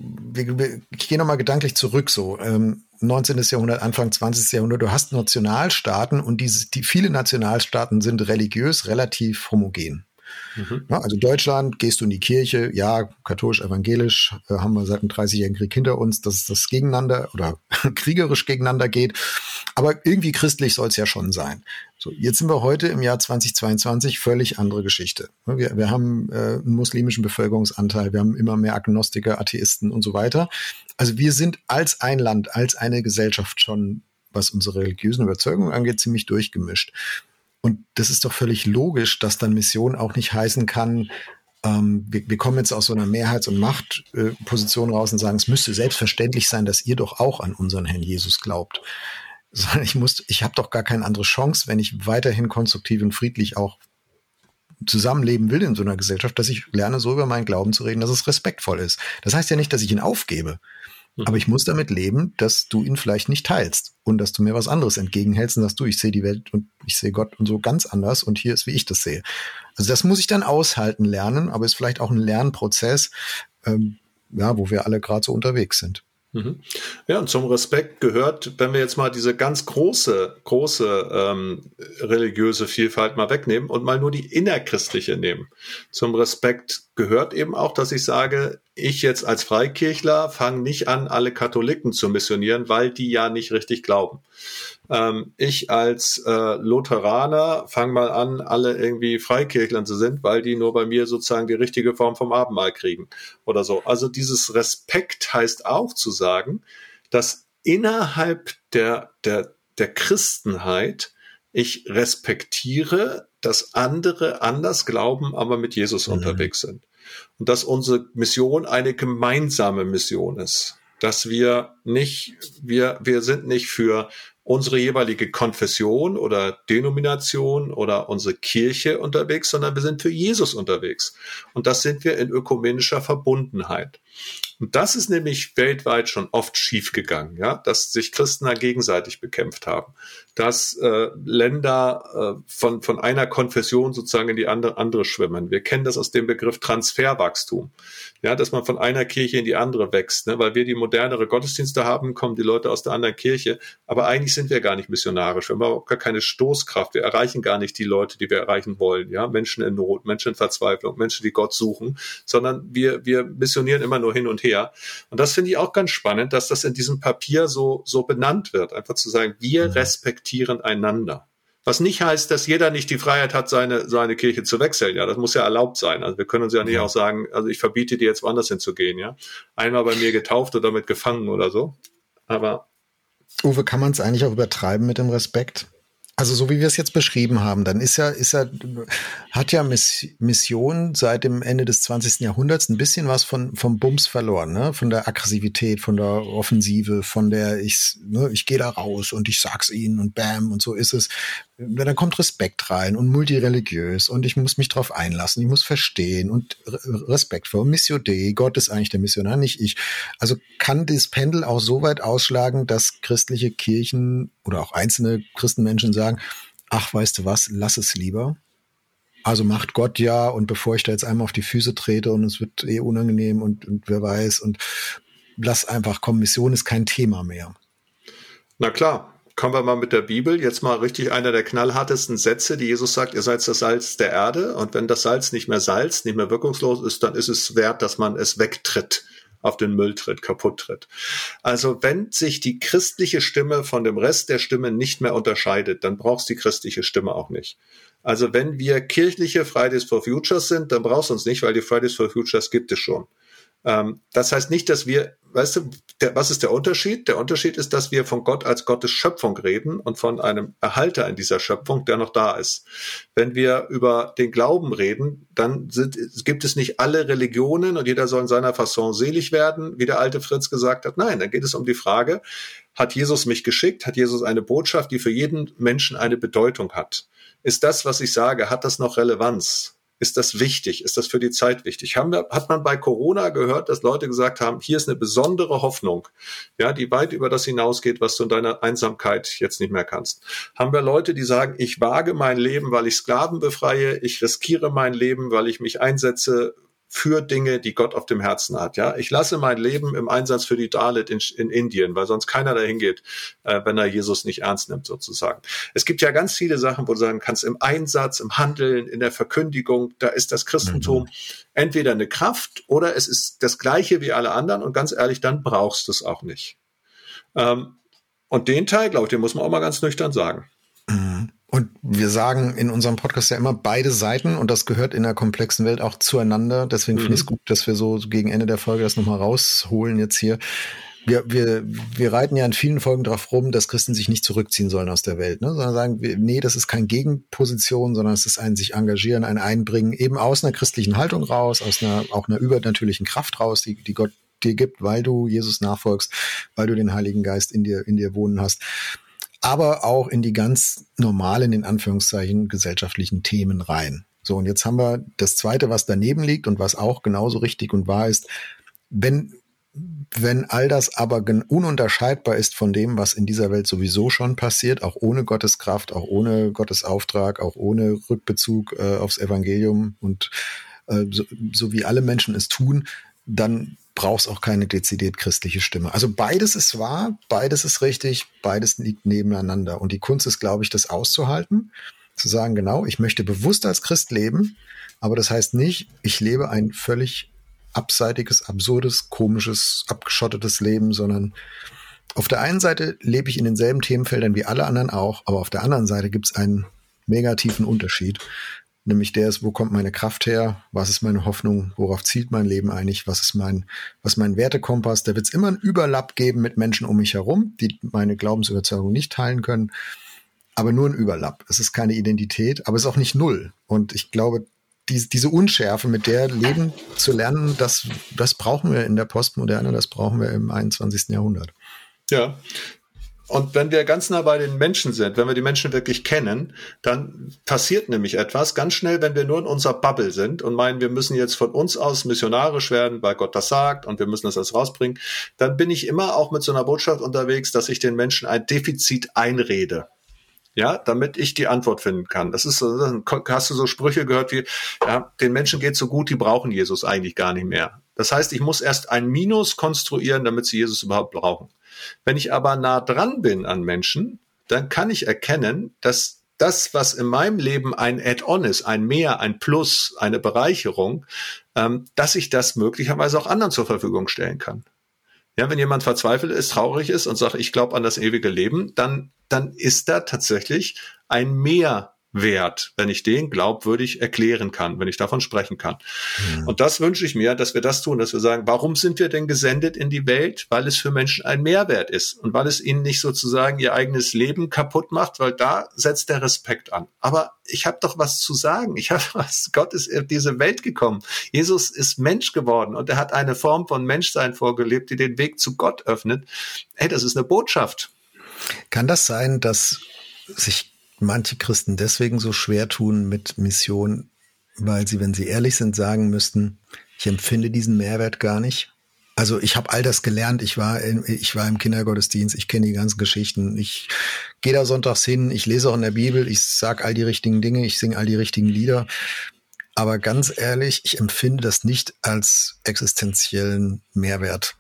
ich gehe nochmal gedanklich zurück, so ähm, neunzehnten. Jahrhundert, Anfang zwanzigsten. Jahrhundert, du hast Nationalstaaten und diese, die viele Nationalstaaten sind religiös relativ homogen. Mhm. Ja, also Deutschland, gehst du in die Kirche, ja, katholisch, evangelisch, äh, haben wir seit dem dreißigjährigen Krieg hinter uns, dass das gegeneinander oder kriegerisch gegeneinander geht. Aber irgendwie christlich soll es ja schon sein. So, jetzt sind wir heute im Jahr zweitausendzweiundzwanzig, völlig andere Geschichte. Wir, wir haben äh, einen muslimischen Bevölkerungsanteil, wir haben immer mehr Agnostiker, Atheisten und so weiter. Also wir sind als ein Land, als eine Gesellschaft schon, was unsere religiösen Überzeugungen angeht, ziemlich durchgemischt. Und das ist doch völlig logisch, dass dann Mission auch nicht heißen kann, ähm, wir, wir kommen jetzt aus so einer Mehrheits- und Machtposition äh, raus und sagen, es müsste selbstverständlich sein, dass ihr doch auch an unseren Herrn Jesus glaubt. Sondern ich muss, ich habe doch gar keine andere Chance, wenn ich weiterhin konstruktiv und friedlich auch zusammenleben will in so einer Gesellschaft, dass ich lerne, so über meinen Glauben zu reden, dass es respektvoll ist. Das heißt ja nicht, dass ich ihn aufgebe. Aber ich muss damit leben, dass du ihn vielleicht nicht teilst und dass du mir was anderes entgegenhältst und sagst, du, ich sehe die Welt und ich sehe Gott und so ganz anders und hier ist, wie ich das sehe. Also das muss ich dann aushalten lernen, aber ist vielleicht auch ein Lernprozess, ähm, ja, wo wir alle gerade so unterwegs sind. Mhm. Ja, und zum Respekt gehört, wenn wir jetzt mal diese ganz große, große ähm, religiöse Vielfalt mal wegnehmen und mal nur die innerchristliche nehmen. Zum Respekt gehört eben auch, dass ich sage, ich jetzt als Freikirchler fange nicht an, alle Katholiken zu missionieren, weil die ja nicht richtig glauben. Ähm, ich als äh, Lutheraner fange mal an, alle irgendwie Freikirchlern zu sind, weil die nur bei mir sozusagen die richtige Form vom Abendmahl kriegen oder so. Also dieses Respekt heißt auch zu sagen, dass innerhalb der, der, der Christenheit ich respektiere, dass andere anders glauben, aber mit Jesus mhm. unterwegs sind. Und dass unsere Mission eine gemeinsame Mission ist. Dass wir nicht, wir, wir sind nicht für unsere jeweilige Konfession oder Denomination oder unsere Kirche unterwegs, sondern wir sind für Jesus unterwegs. Und das sind wir in ökumenischer Verbundenheit. Und das ist nämlich weltweit schon oft schiefgegangen, ja, dass sich Christen da gegenseitig bekämpft haben, dass äh, Länder äh, von von einer Konfession sozusagen in die andere andere schwimmen. Wir kennen das aus dem Begriff Transferwachstum, ja, dass man von einer Kirche in die andere wächst, ne, weil wir die modernere Gottesdienste haben, kommen die Leute aus der anderen Kirche, aber eigentlich sind wir gar nicht missionarisch, wir haben auch gar keine Stoßkraft, wir erreichen gar nicht die Leute, die wir erreichen wollen, ja, Menschen in Not, Menschen in Verzweiflung, Menschen, die Gott suchen, sondern wir wir missionieren immer nur hin und her. Und das finde ich auch ganz spannend, dass das in diesem Papier so, so benannt wird. Einfach zu sagen, wir mhm. respektieren einander. Was nicht heißt, dass jeder nicht die Freiheit hat, seine, seine Kirche zu wechseln. Ja, das muss ja erlaubt sein. Also wir können uns ja nicht ja. auch sagen, also ich verbiete dir jetzt woanders hinzugehen. Ja, einmal bei mir getauft oder mit gefangen oder so. Aber Uwe, kann man es eigentlich auch übertreiben mit dem Respekt? Also so wie wir es jetzt beschrieben haben, dann ist ja, ist ja, hat ja Mission seit dem Ende des zwanzigsten Jahrhunderts ein bisschen was von vom Bums verloren, ne? Von der Aggressivität, von der Offensive, von der ich, ne, ich gehe da raus und ich sag's ihnen und bam und so ist es. Dann kommt Respekt rein und multireligiös und ich muss mich drauf einlassen, ich muss verstehen und Respekt vor Missio Dei, Gott ist eigentlich der Missionar, nicht ich. Also kann das Pendel auch so weit ausschlagen, dass christliche Kirchen oder auch einzelne Christenmenschen sagen, ach, weißt du was, lass es lieber. Also macht Gott ja und bevor ich da jetzt einmal auf die Füße trete und es wird eh unangenehm und, und wer weiß und lass einfach kommen, Mission ist kein Thema mehr. Na klar. Kommen wir mal mit der Bibel, jetzt mal richtig einer der knallhartesten Sätze, die Jesus sagt, ihr seid das Salz der Erde und wenn das Salz nicht mehr salzt, nicht mehr wirkungslos ist, dann ist es wert, dass man es wegtritt, auf den Müll tritt, kaputt tritt. Also wenn sich die christliche Stimme von dem Rest der Stimme nicht mehr unterscheidet, dann brauchst du die christliche Stimme auch nicht. Also wenn wir kirchliche Fridays for Futures sind, dann brauchst du uns nicht, weil die Fridays for Futures gibt es schon. Ähm, das heißt nicht, dass wir, weißt du, der, was ist der Unterschied? Der Unterschied ist, dass wir von Gott als Gottes Schöpfung reden und von einem Erhalter in dieser Schöpfung, der noch da ist. Wenn wir über den Glauben reden, dann sind, gibt es nicht alle Religionen und jeder soll in seiner Fasson selig werden, wie der alte Fritz gesagt hat. Nein, dann geht es um die Frage, hat Jesus mich geschickt? Hat Jesus eine Botschaft, die für jeden Menschen eine Bedeutung hat? Ist das, was ich sage, hat das noch Relevanz? Ist das wichtig? Ist das für die Zeit wichtig? Haben wir, hat man bei Corona gehört, dass Leute gesagt haben, hier ist eine besondere Hoffnung, ja, die weit über das hinausgeht, was du in deiner Einsamkeit jetzt nicht mehr kannst. Haben wir Leute, die sagen, ich wage mein Leben, weil ich Sklaven befreie, ich riskiere mein Leben, weil ich mich einsetze für Dinge, die Gott auf dem Herzen hat. Ja, ich lasse mein Leben im Einsatz für die Dalit in, in Indien, weil sonst keiner dahin geht, äh, wenn er Jesus nicht ernst nimmt, sozusagen. Es gibt ja ganz viele Sachen, wo du sagen kannst, im Einsatz, im Handeln, in der Verkündigung, da ist das Christentum mhm. entweder eine Kraft oder es ist das Gleiche wie alle anderen und ganz ehrlich, dann brauchst du es auch nicht. Ähm, und den Teil, glaube ich, den muss man auch mal ganz nüchtern sagen. Mhm. Und wir sagen in unserem Podcast ja immer beide Seiten und das gehört in der komplexen Welt auch zueinander. Deswegen mhm. finde ich es gut, dass wir so gegen Ende der Folge das nochmal rausholen jetzt hier. Wir, wir, wir reiten ja in vielen Folgen drauf rum, dass Christen sich nicht zurückziehen sollen aus der Welt, ne? Sondern sagen, wir, nee, das ist keine Gegenposition, sondern es ist ein sich engagieren, ein Einbringen, eben aus einer christlichen Haltung raus, aus einer auch einer übernatürlichen Kraft raus, die, die Gott dir gibt, weil du Jesus nachfolgst, weil du den Heiligen Geist in dir, in dir wohnen hast. Aber auch in die ganz normalen, in Anführungszeichen, gesellschaftlichen Themen rein. So, und jetzt haben wir das Zweite, was daneben liegt und was auch genauso richtig und wahr ist. Wenn, wenn all das aber ununterscheidbar ist von dem, was in dieser Welt sowieso schon passiert, auch ohne Gottes Kraft, auch ohne Gottes Auftrag, auch ohne Rückbezug äh, aufs Evangelium und äh, so, so wie alle Menschen es tun, dann brauchst auch keine dezidiert christliche Stimme. Also beides ist wahr, beides ist richtig, beides liegt nebeneinander. Und die Kunst ist, glaube ich, das auszuhalten, zu sagen, genau, ich möchte bewusst als Christ leben, aber das heißt nicht, ich lebe ein völlig abseitiges, absurdes, komisches, abgeschottetes Leben, sondern auf der einen Seite lebe ich in denselben Themenfeldern wie alle anderen auch, aber auf der anderen Seite gibt es einen mega tiefen Unterschied. Nämlich der ist, wo kommt meine Kraft her? Was ist meine Hoffnung? Worauf zielt mein Leben eigentlich? Was ist mein, was ist mein Wertekompass? Da wird es immer einen Überlapp geben mit Menschen um mich herum, die meine Glaubensüberzeugung nicht teilen können. Aber nur ein Überlapp. Es ist keine Identität, aber es ist auch nicht null. Und ich glaube, die, diese Unschärfe, mit der leben zu lernen, das, das brauchen wir in der Postmoderne, das brauchen wir im einundzwanzigsten Jahrhundert. Ja. Und wenn wir ganz nah bei den Menschen sind, wenn wir die Menschen wirklich kennen, dann passiert nämlich etwas ganz schnell, wenn wir nur in unserer Bubble sind und meinen, wir müssen jetzt von uns aus missionarisch werden, weil Gott das sagt und wir müssen das alles rausbringen, dann bin ich immer auch mit so einer Botschaft unterwegs, dass ich den Menschen ein Defizit einrede. Ja, damit ich die Antwort finden kann. Das ist so, hast du so Sprüche gehört wie, ja, den Menschen geht so gut, die brauchen Jesus eigentlich gar nicht mehr. Das heißt, ich muss erst ein Minus konstruieren, damit sie Jesus überhaupt brauchen. Wenn ich aber nah dran bin an Menschen, dann kann ich erkennen, dass das, was in meinem Leben ein Add-on ist, ein Mehr, ein Plus, eine Bereicherung, ähm, dass ich das möglicherweise auch anderen zur Verfügung stellen kann. Ja, wenn jemand verzweifelt ist, traurig ist und sagt, ich glaube an das ewige Leben, dann, dann ist da tatsächlich ein Mehrwert, wenn ich den glaubwürdig erklären kann, wenn ich davon sprechen kann. Mhm. Und das wünsche ich mir, dass wir das tun, dass wir sagen, warum sind wir denn gesendet in die Welt? Weil es für Menschen ein Mehrwert ist und weil es ihnen nicht sozusagen ihr eigenes Leben kaputt macht, weil da setzt der Respekt an. Aber ich habe doch was zu sagen. Ich habe was. Gott ist in diese Welt gekommen. Jesus ist Mensch geworden und er hat eine Form von Menschsein vorgelebt, die den Weg zu Gott öffnet. Hey, das ist eine Botschaft. Kann das sein, dass sich manche Christen deswegen so schwer tun mit Mission, weil sie, wenn sie ehrlich sind, sagen müssten, ich empfinde diesen Mehrwert gar nicht? Also ich habe all das gelernt, ich war, in, ich war im Kindergottesdienst, ich kenne die ganzen Geschichten, ich gehe da sonntags hin, ich lese auch in der Bibel, ich sage all die richtigen Dinge, ich singe all die richtigen Lieder. Aber ganz ehrlich, ich empfinde das nicht als existenziellen Mehrwert.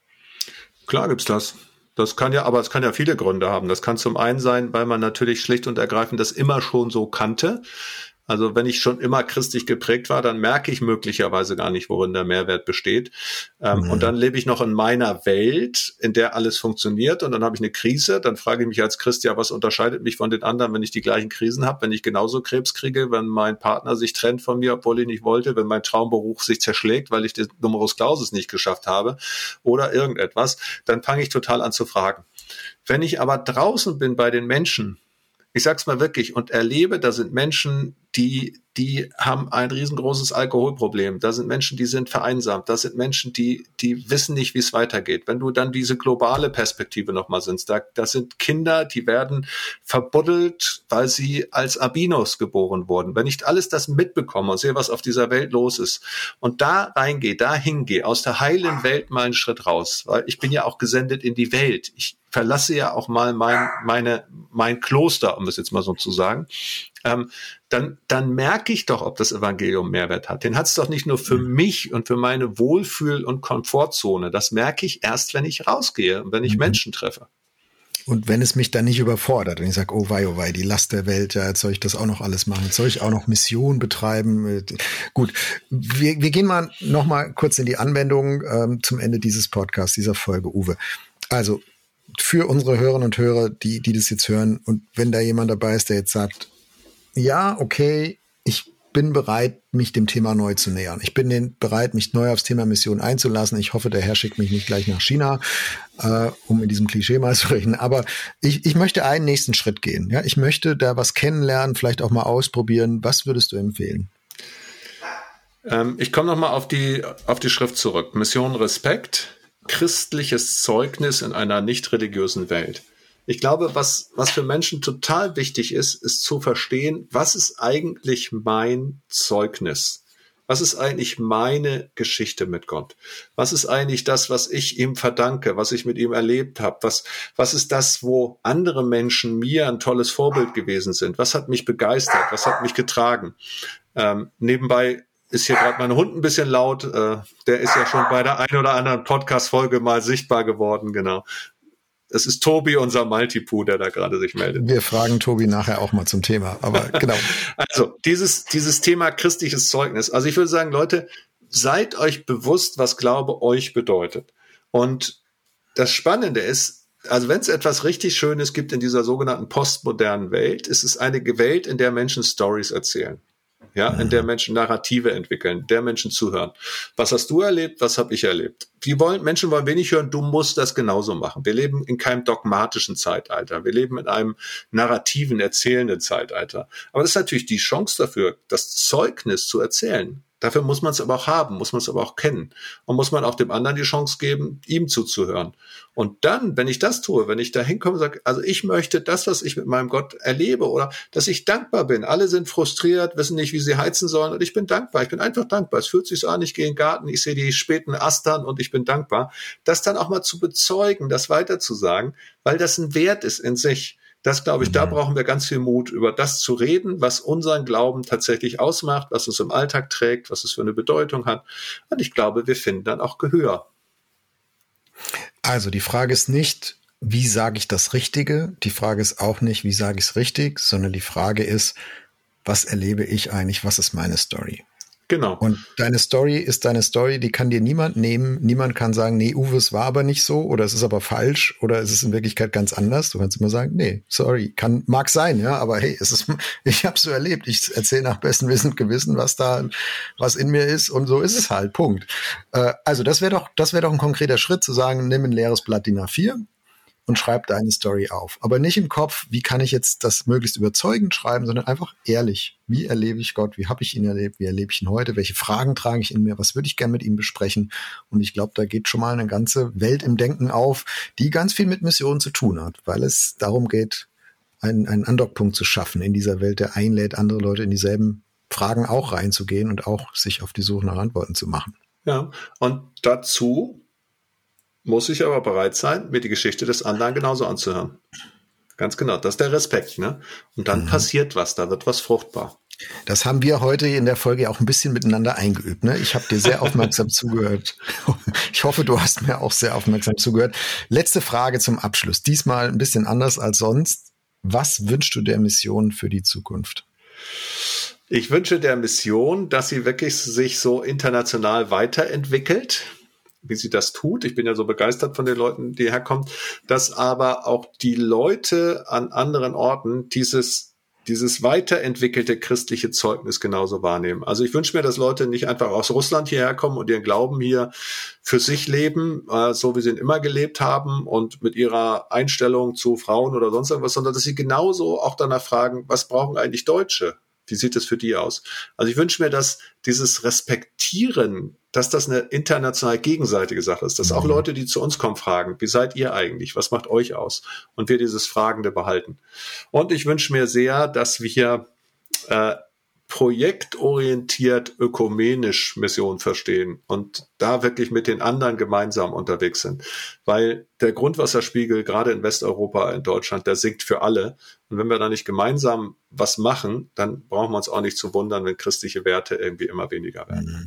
Klar gibt's das. Das kann ja, aber es kann ja viele Gründe haben. Das kann zum einen sein, weil man natürlich schlicht und ergreifend das immer schon so kannte. Also wenn ich schon immer christlich geprägt war, dann merke ich möglicherweise gar nicht, worin der Mehrwert besteht. Ähm, mhm. Und dann lebe ich noch in meiner Welt, in der alles funktioniert. Und dann habe ich eine Krise. Dann frage ich mich als Christ, ja, was unterscheidet mich von den anderen, wenn ich die gleichen Krisen habe, wenn ich genauso Krebs kriege, wenn mein Partner sich trennt von mir, obwohl ich nicht wollte, wenn mein Traumberuf sich zerschlägt, weil ich den Numerus Clausus nicht geschafft habe oder irgendetwas, dann fange ich total an zu fragen. Wenn ich aber draußen bin bei den Menschen, ich sag's mal wirklich, und erlebe, da sind Menschen, die, die haben ein riesengroßes Alkoholproblem. Da sind Menschen, die sind vereinsamt. Da sind Menschen, die, die wissen nicht, wie es weitergeht. Wenn du dann diese globale Perspektive nochmal siehst, da, da sind Kinder, die werden verbuddelt, weil sie als Albinos geboren wurden. Wenn ich alles das mitbekomme und sehe, was auf dieser Welt los ist und da reingehe, da hingehe, aus der heilen Welt mal einen Schritt raus, weil ich bin ja auch gesendet in die Welt. Ich verlasse ja auch mal mein, meine, mein Kloster, um es jetzt mal so zu sagen. Ähm, dann, dann merke ich doch, ob das Evangelium Mehrwert hat. Den hat es doch nicht nur für mich und für meine Wohlfühl- und Komfortzone. Das merke ich erst, wenn ich rausgehe und wenn ich mhm. Menschen treffe. Und wenn es mich dann nicht überfordert und ich sage, oh wei, oh wei, die Last der Welt, ja, jetzt soll ich das auch noch alles machen, jetzt soll ich auch noch Mission betreiben. Gut, wir, wir gehen mal noch mal kurz in die Anwendung ähm, zum Ende dieses Podcasts, dieser Folge, Uwe. Also für unsere Hörerinnen und Hörer, die, die das jetzt hören und wenn da jemand dabei ist, der jetzt sagt, ja, okay, ich bin bereit, mich dem Thema neu zu nähern. Ich bin den, bereit, mich neu aufs Thema Mission einzulassen. Ich hoffe, der Herr schickt mich nicht gleich nach China, äh, um in diesem Klischee mal zu reden. Aber ich, ich möchte einen nächsten Schritt gehen. Ja, ich möchte da was kennenlernen, vielleicht auch mal ausprobieren. Was würdest du empfehlen? Ähm, ich komme noch mal auf die, auf die Schrift zurück. Mission Respekt, christliches Zeugnis in einer nicht religiösen Welt. Ich glaube, was, was für Menschen total wichtig ist, ist zu verstehen, was ist eigentlich mein Zeugnis? Was ist eigentlich meine Geschichte mit Gott? Was ist eigentlich das, was ich ihm verdanke, was ich mit ihm erlebt habe? Was, was ist das, wo andere Menschen mir ein tolles Vorbild gewesen sind? Was hat mich begeistert? Was hat mich getragen? Ähm, nebenbei ist hier gerade mein Hund ein bisschen laut. Äh, der ist ja schon bei der einen oder anderen Podcast-Folge mal sichtbar geworden, genau. Es ist Tobi, unser Multipu, der da gerade sich meldet. Wir fragen Tobi nachher auch mal zum Thema, aber genau. Also dieses, dieses Thema christliches Zeugnis. Also ich würde sagen, Leute, seid euch bewusst, was Glaube euch bedeutet. Und das Spannende ist, also wenn es etwas richtig Schönes gibt in dieser sogenannten postmodernen Welt, ist es eine Welt, in der Menschen Stories erzählen. Ja, in der Menschen Narrative entwickeln, der Menschen zuhören. Was hast du erlebt? Was habe ich erlebt? Die wollen, Menschen wollen wenig hören, du musst das genauso machen. Wir leben in keinem dogmatischen Zeitalter. Wir leben in einem narrativen, erzählenden Zeitalter. Aber das ist natürlich die Chance dafür, das Zeugnis zu erzählen. Dafür muss man es aber auch haben, muss man es aber auch kennen. Und muss man auch dem anderen die Chance geben, ihm zuzuhören. Und dann, wenn ich das tue, wenn ich da hinkomme und sage, also ich möchte das, was ich mit meinem Gott erlebe oder dass ich dankbar bin. Alle sind frustriert, wissen nicht, wie sie heizen sollen und ich bin dankbar. Ich bin einfach dankbar. Es fühlt sich so an, ich gehe in den Garten, ich sehe die späten Astern und ich bin dankbar. Das dann auch mal zu bezeugen, das weiterzusagen, weil das ein Wert ist in sich. Das, glaube ich, da brauchen wir ganz viel Mut, über das zu reden, was unseren Glauben tatsächlich ausmacht, was uns im Alltag trägt, was es für eine Bedeutung hat. Und ich glaube, wir finden dann auch Gehör. Also die Frage ist nicht, wie sage ich das Richtige? Die Frage ist auch nicht, wie sage ich es richtig, sondern die Frage ist, was erlebe ich eigentlich? Was ist meine Story? Genau. Und deine Story ist deine Story, die kann dir niemand nehmen. Niemand kann sagen, nee, Uwe, es war aber nicht so oder es ist aber falsch oder es ist in Wirklichkeit ganz anders. Du kannst immer sagen, nee, sorry, kann, mag sein, ja, aber hey, es ist, ich habe so erlebt. Ich erzähle nach bestem Wissen und Gewissen, was da, was in mir ist und so ist es halt, Punkt. Äh, also das wäre doch, das wäre doch ein konkreter Schritt zu sagen, nimm ein leeres Blatt D I N A vier und schreib deine Story auf. Aber nicht im Kopf, wie kann ich jetzt das möglichst überzeugend schreiben, sondern einfach ehrlich. Wie erlebe ich Gott? Wie habe ich ihn erlebt? Wie erlebe ich ihn heute? Welche Fragen trage ich in mir? Was würde ich gerne mit ihm besprechen? Und ich glaube, da geht schon mal eine ganze Welt im Denken auf, die ganz viel mit Mission zu tun hat, weil es darum geht, einen, einen Andockpunkt zu schaffen in dieser Welt, der einlädt, andere Leute in dieselben Fragen auch reinzugehen und auch sich auf die Suche nach Antworten zu machen. Ja, und dazu muss ich aber bereit sein, mir die Geschichte des anderen genauso anzuhören. Ganz genau, das ist der Respekt, ne? Und dann mhm. passiert was, da wird was fruchtbar. Das haben wir heute in der Folge auch ein bisschen miteinander eingeübt, ne? Ich habe dir sehr aufmerksam zugehört. Ich hoffe, du hast mir auch sehr aufmerksam zugehört. Letzte Frage zum Abschluss. Diesmal ein bisschen anders als sonst. Was wünschst du der Mission für die Zukunft? Ich wünsche der Mission, dass sie wirklich sich so international weiterentwickelt, wie sie das tut. Ich bin ja so begeistert von den Leuten, die herkommen, dass aber auch die Leute an anderen Orten dieses, dieses weiterentwickelte christliche Zeugnis genauso wahrnehmen. Also ich wünsche mir, dass Leute nicht einfach aus Russland hierher kommen und ihren Glauben hier für sich leben, äh, so wie sie ihn immer gelebt haben und mit ihrer Einstellung zu Frauen oder sonst irgendwas, sondern dass sie genauso auch danach fragen, was brauchen eigentlich Deutsche? Wie sieht es für die aus? Also ich wünsche mir, dass dieses Respektieren, dass das eine international gegenseitige Sache ist, dass auch Leute, die zu uns kommen, fragen, wie seid ihr eigentlich? Was macht euch aus? Und wir dieses Fragende behalten. Und ich wünsche mir sehr, dass wir äh, projektorientiert ökumenisch Mission verstehen und da wirklich mit den anderen gemeinsam unterwegs sind. Weil der Grundwasserspiegel, gerade in Westeuropa, in Deutschland, der sinkt für alle. Und wenn wir da nicht gemeinsam was machen, dann brauchen wir uns auch nicht zu wundern, wenn christliche Werte irgendwie immer weniger werden.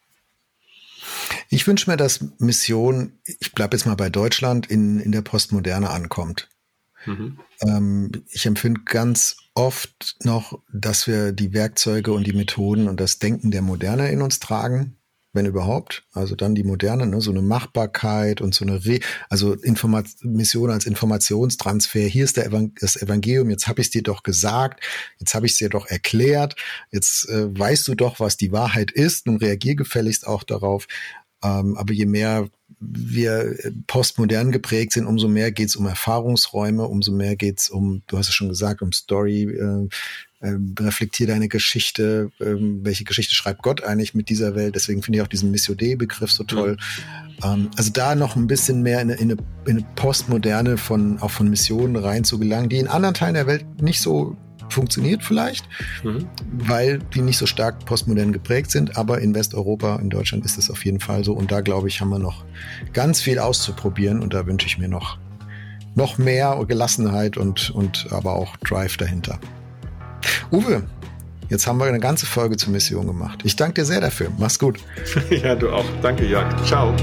Ich wünsche mir, dass Mission, ich bleibe jetzt mal bei Deutschland, in, in der Postmoderne ankommt. Mhm. Ähm, ich empfinde ganz oft noch, dass wir die Werkzeuge und die Methoden und das Denken der Moderne in uns tragen, wenn überhaupt. Also dann die Moderne, ne, so eine Machbarkeit und so eine Re- also Informat- Mission als Informationstransfer. Hier ist der Evang- das Evangelium, jetzt habe ich es dir doch gesagt, jetzt habe ich es dir doch erklärt, jetzt äh, weißt du doch, was die Wahrheit ist und reagier gefälligst auch darauf. Ähm, aber je mehr wir postmodern geprägt sind, umso mehr geht es um Erfahrungsräume, umso mehr geht es um, du hast es schon gesagt, um Story, äh, äh, reflektier deine Geschichte, äh, welche Geschichte schreibt Gott eigentlich mit dieser Welt, deswegen finde ich auch diesen Missio Dei-Begriff so toll. Mhm. Ähm, also da noch ein bisschen mehr in eine, in eine, in eine Postmoderne von, auch von Missionen rein zu gelangen, die in anderen Teilen der Welt nicht so funktioniert vielleicht, mhm. weil die nicht so stark postmodern geprägt sind, aber in Westeuropa, in Deutschland ist es auf jeden Fall so und da, glaube ich, haben wir noch ganz viel auszuprobieren und da wünsche ich mir noch, noch mehr Gelassenheit und, und aber auch Drive dahinter. Uwe, jetzt haben wir eine ganze Folge zur Mission gemacht. Ich danke dir sehr dafür. Mach's gut. Ja, du auch. Danke, Jörg. Ciao.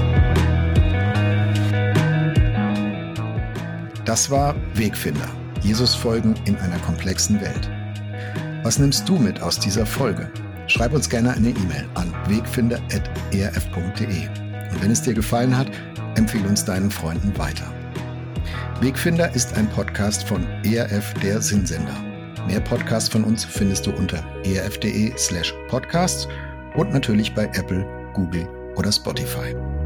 Das war Wegfinder. Jesus folgen in einer komplexen Welt. Was nimmst du mit aus dieser Folge? Schreib uns gerne eine E-Mail an wegfinder at e r f punkt d e. Und wenn es dir gefallen hat, empfehle uns deinen Freunden weiter. Wegfinder ist ein Podcast von E R F, der Sinnsender. Mehr Podcasts von uns findest du unter erf punkt de slash podcasts und natürlich bei Apple, Google oder Spotify.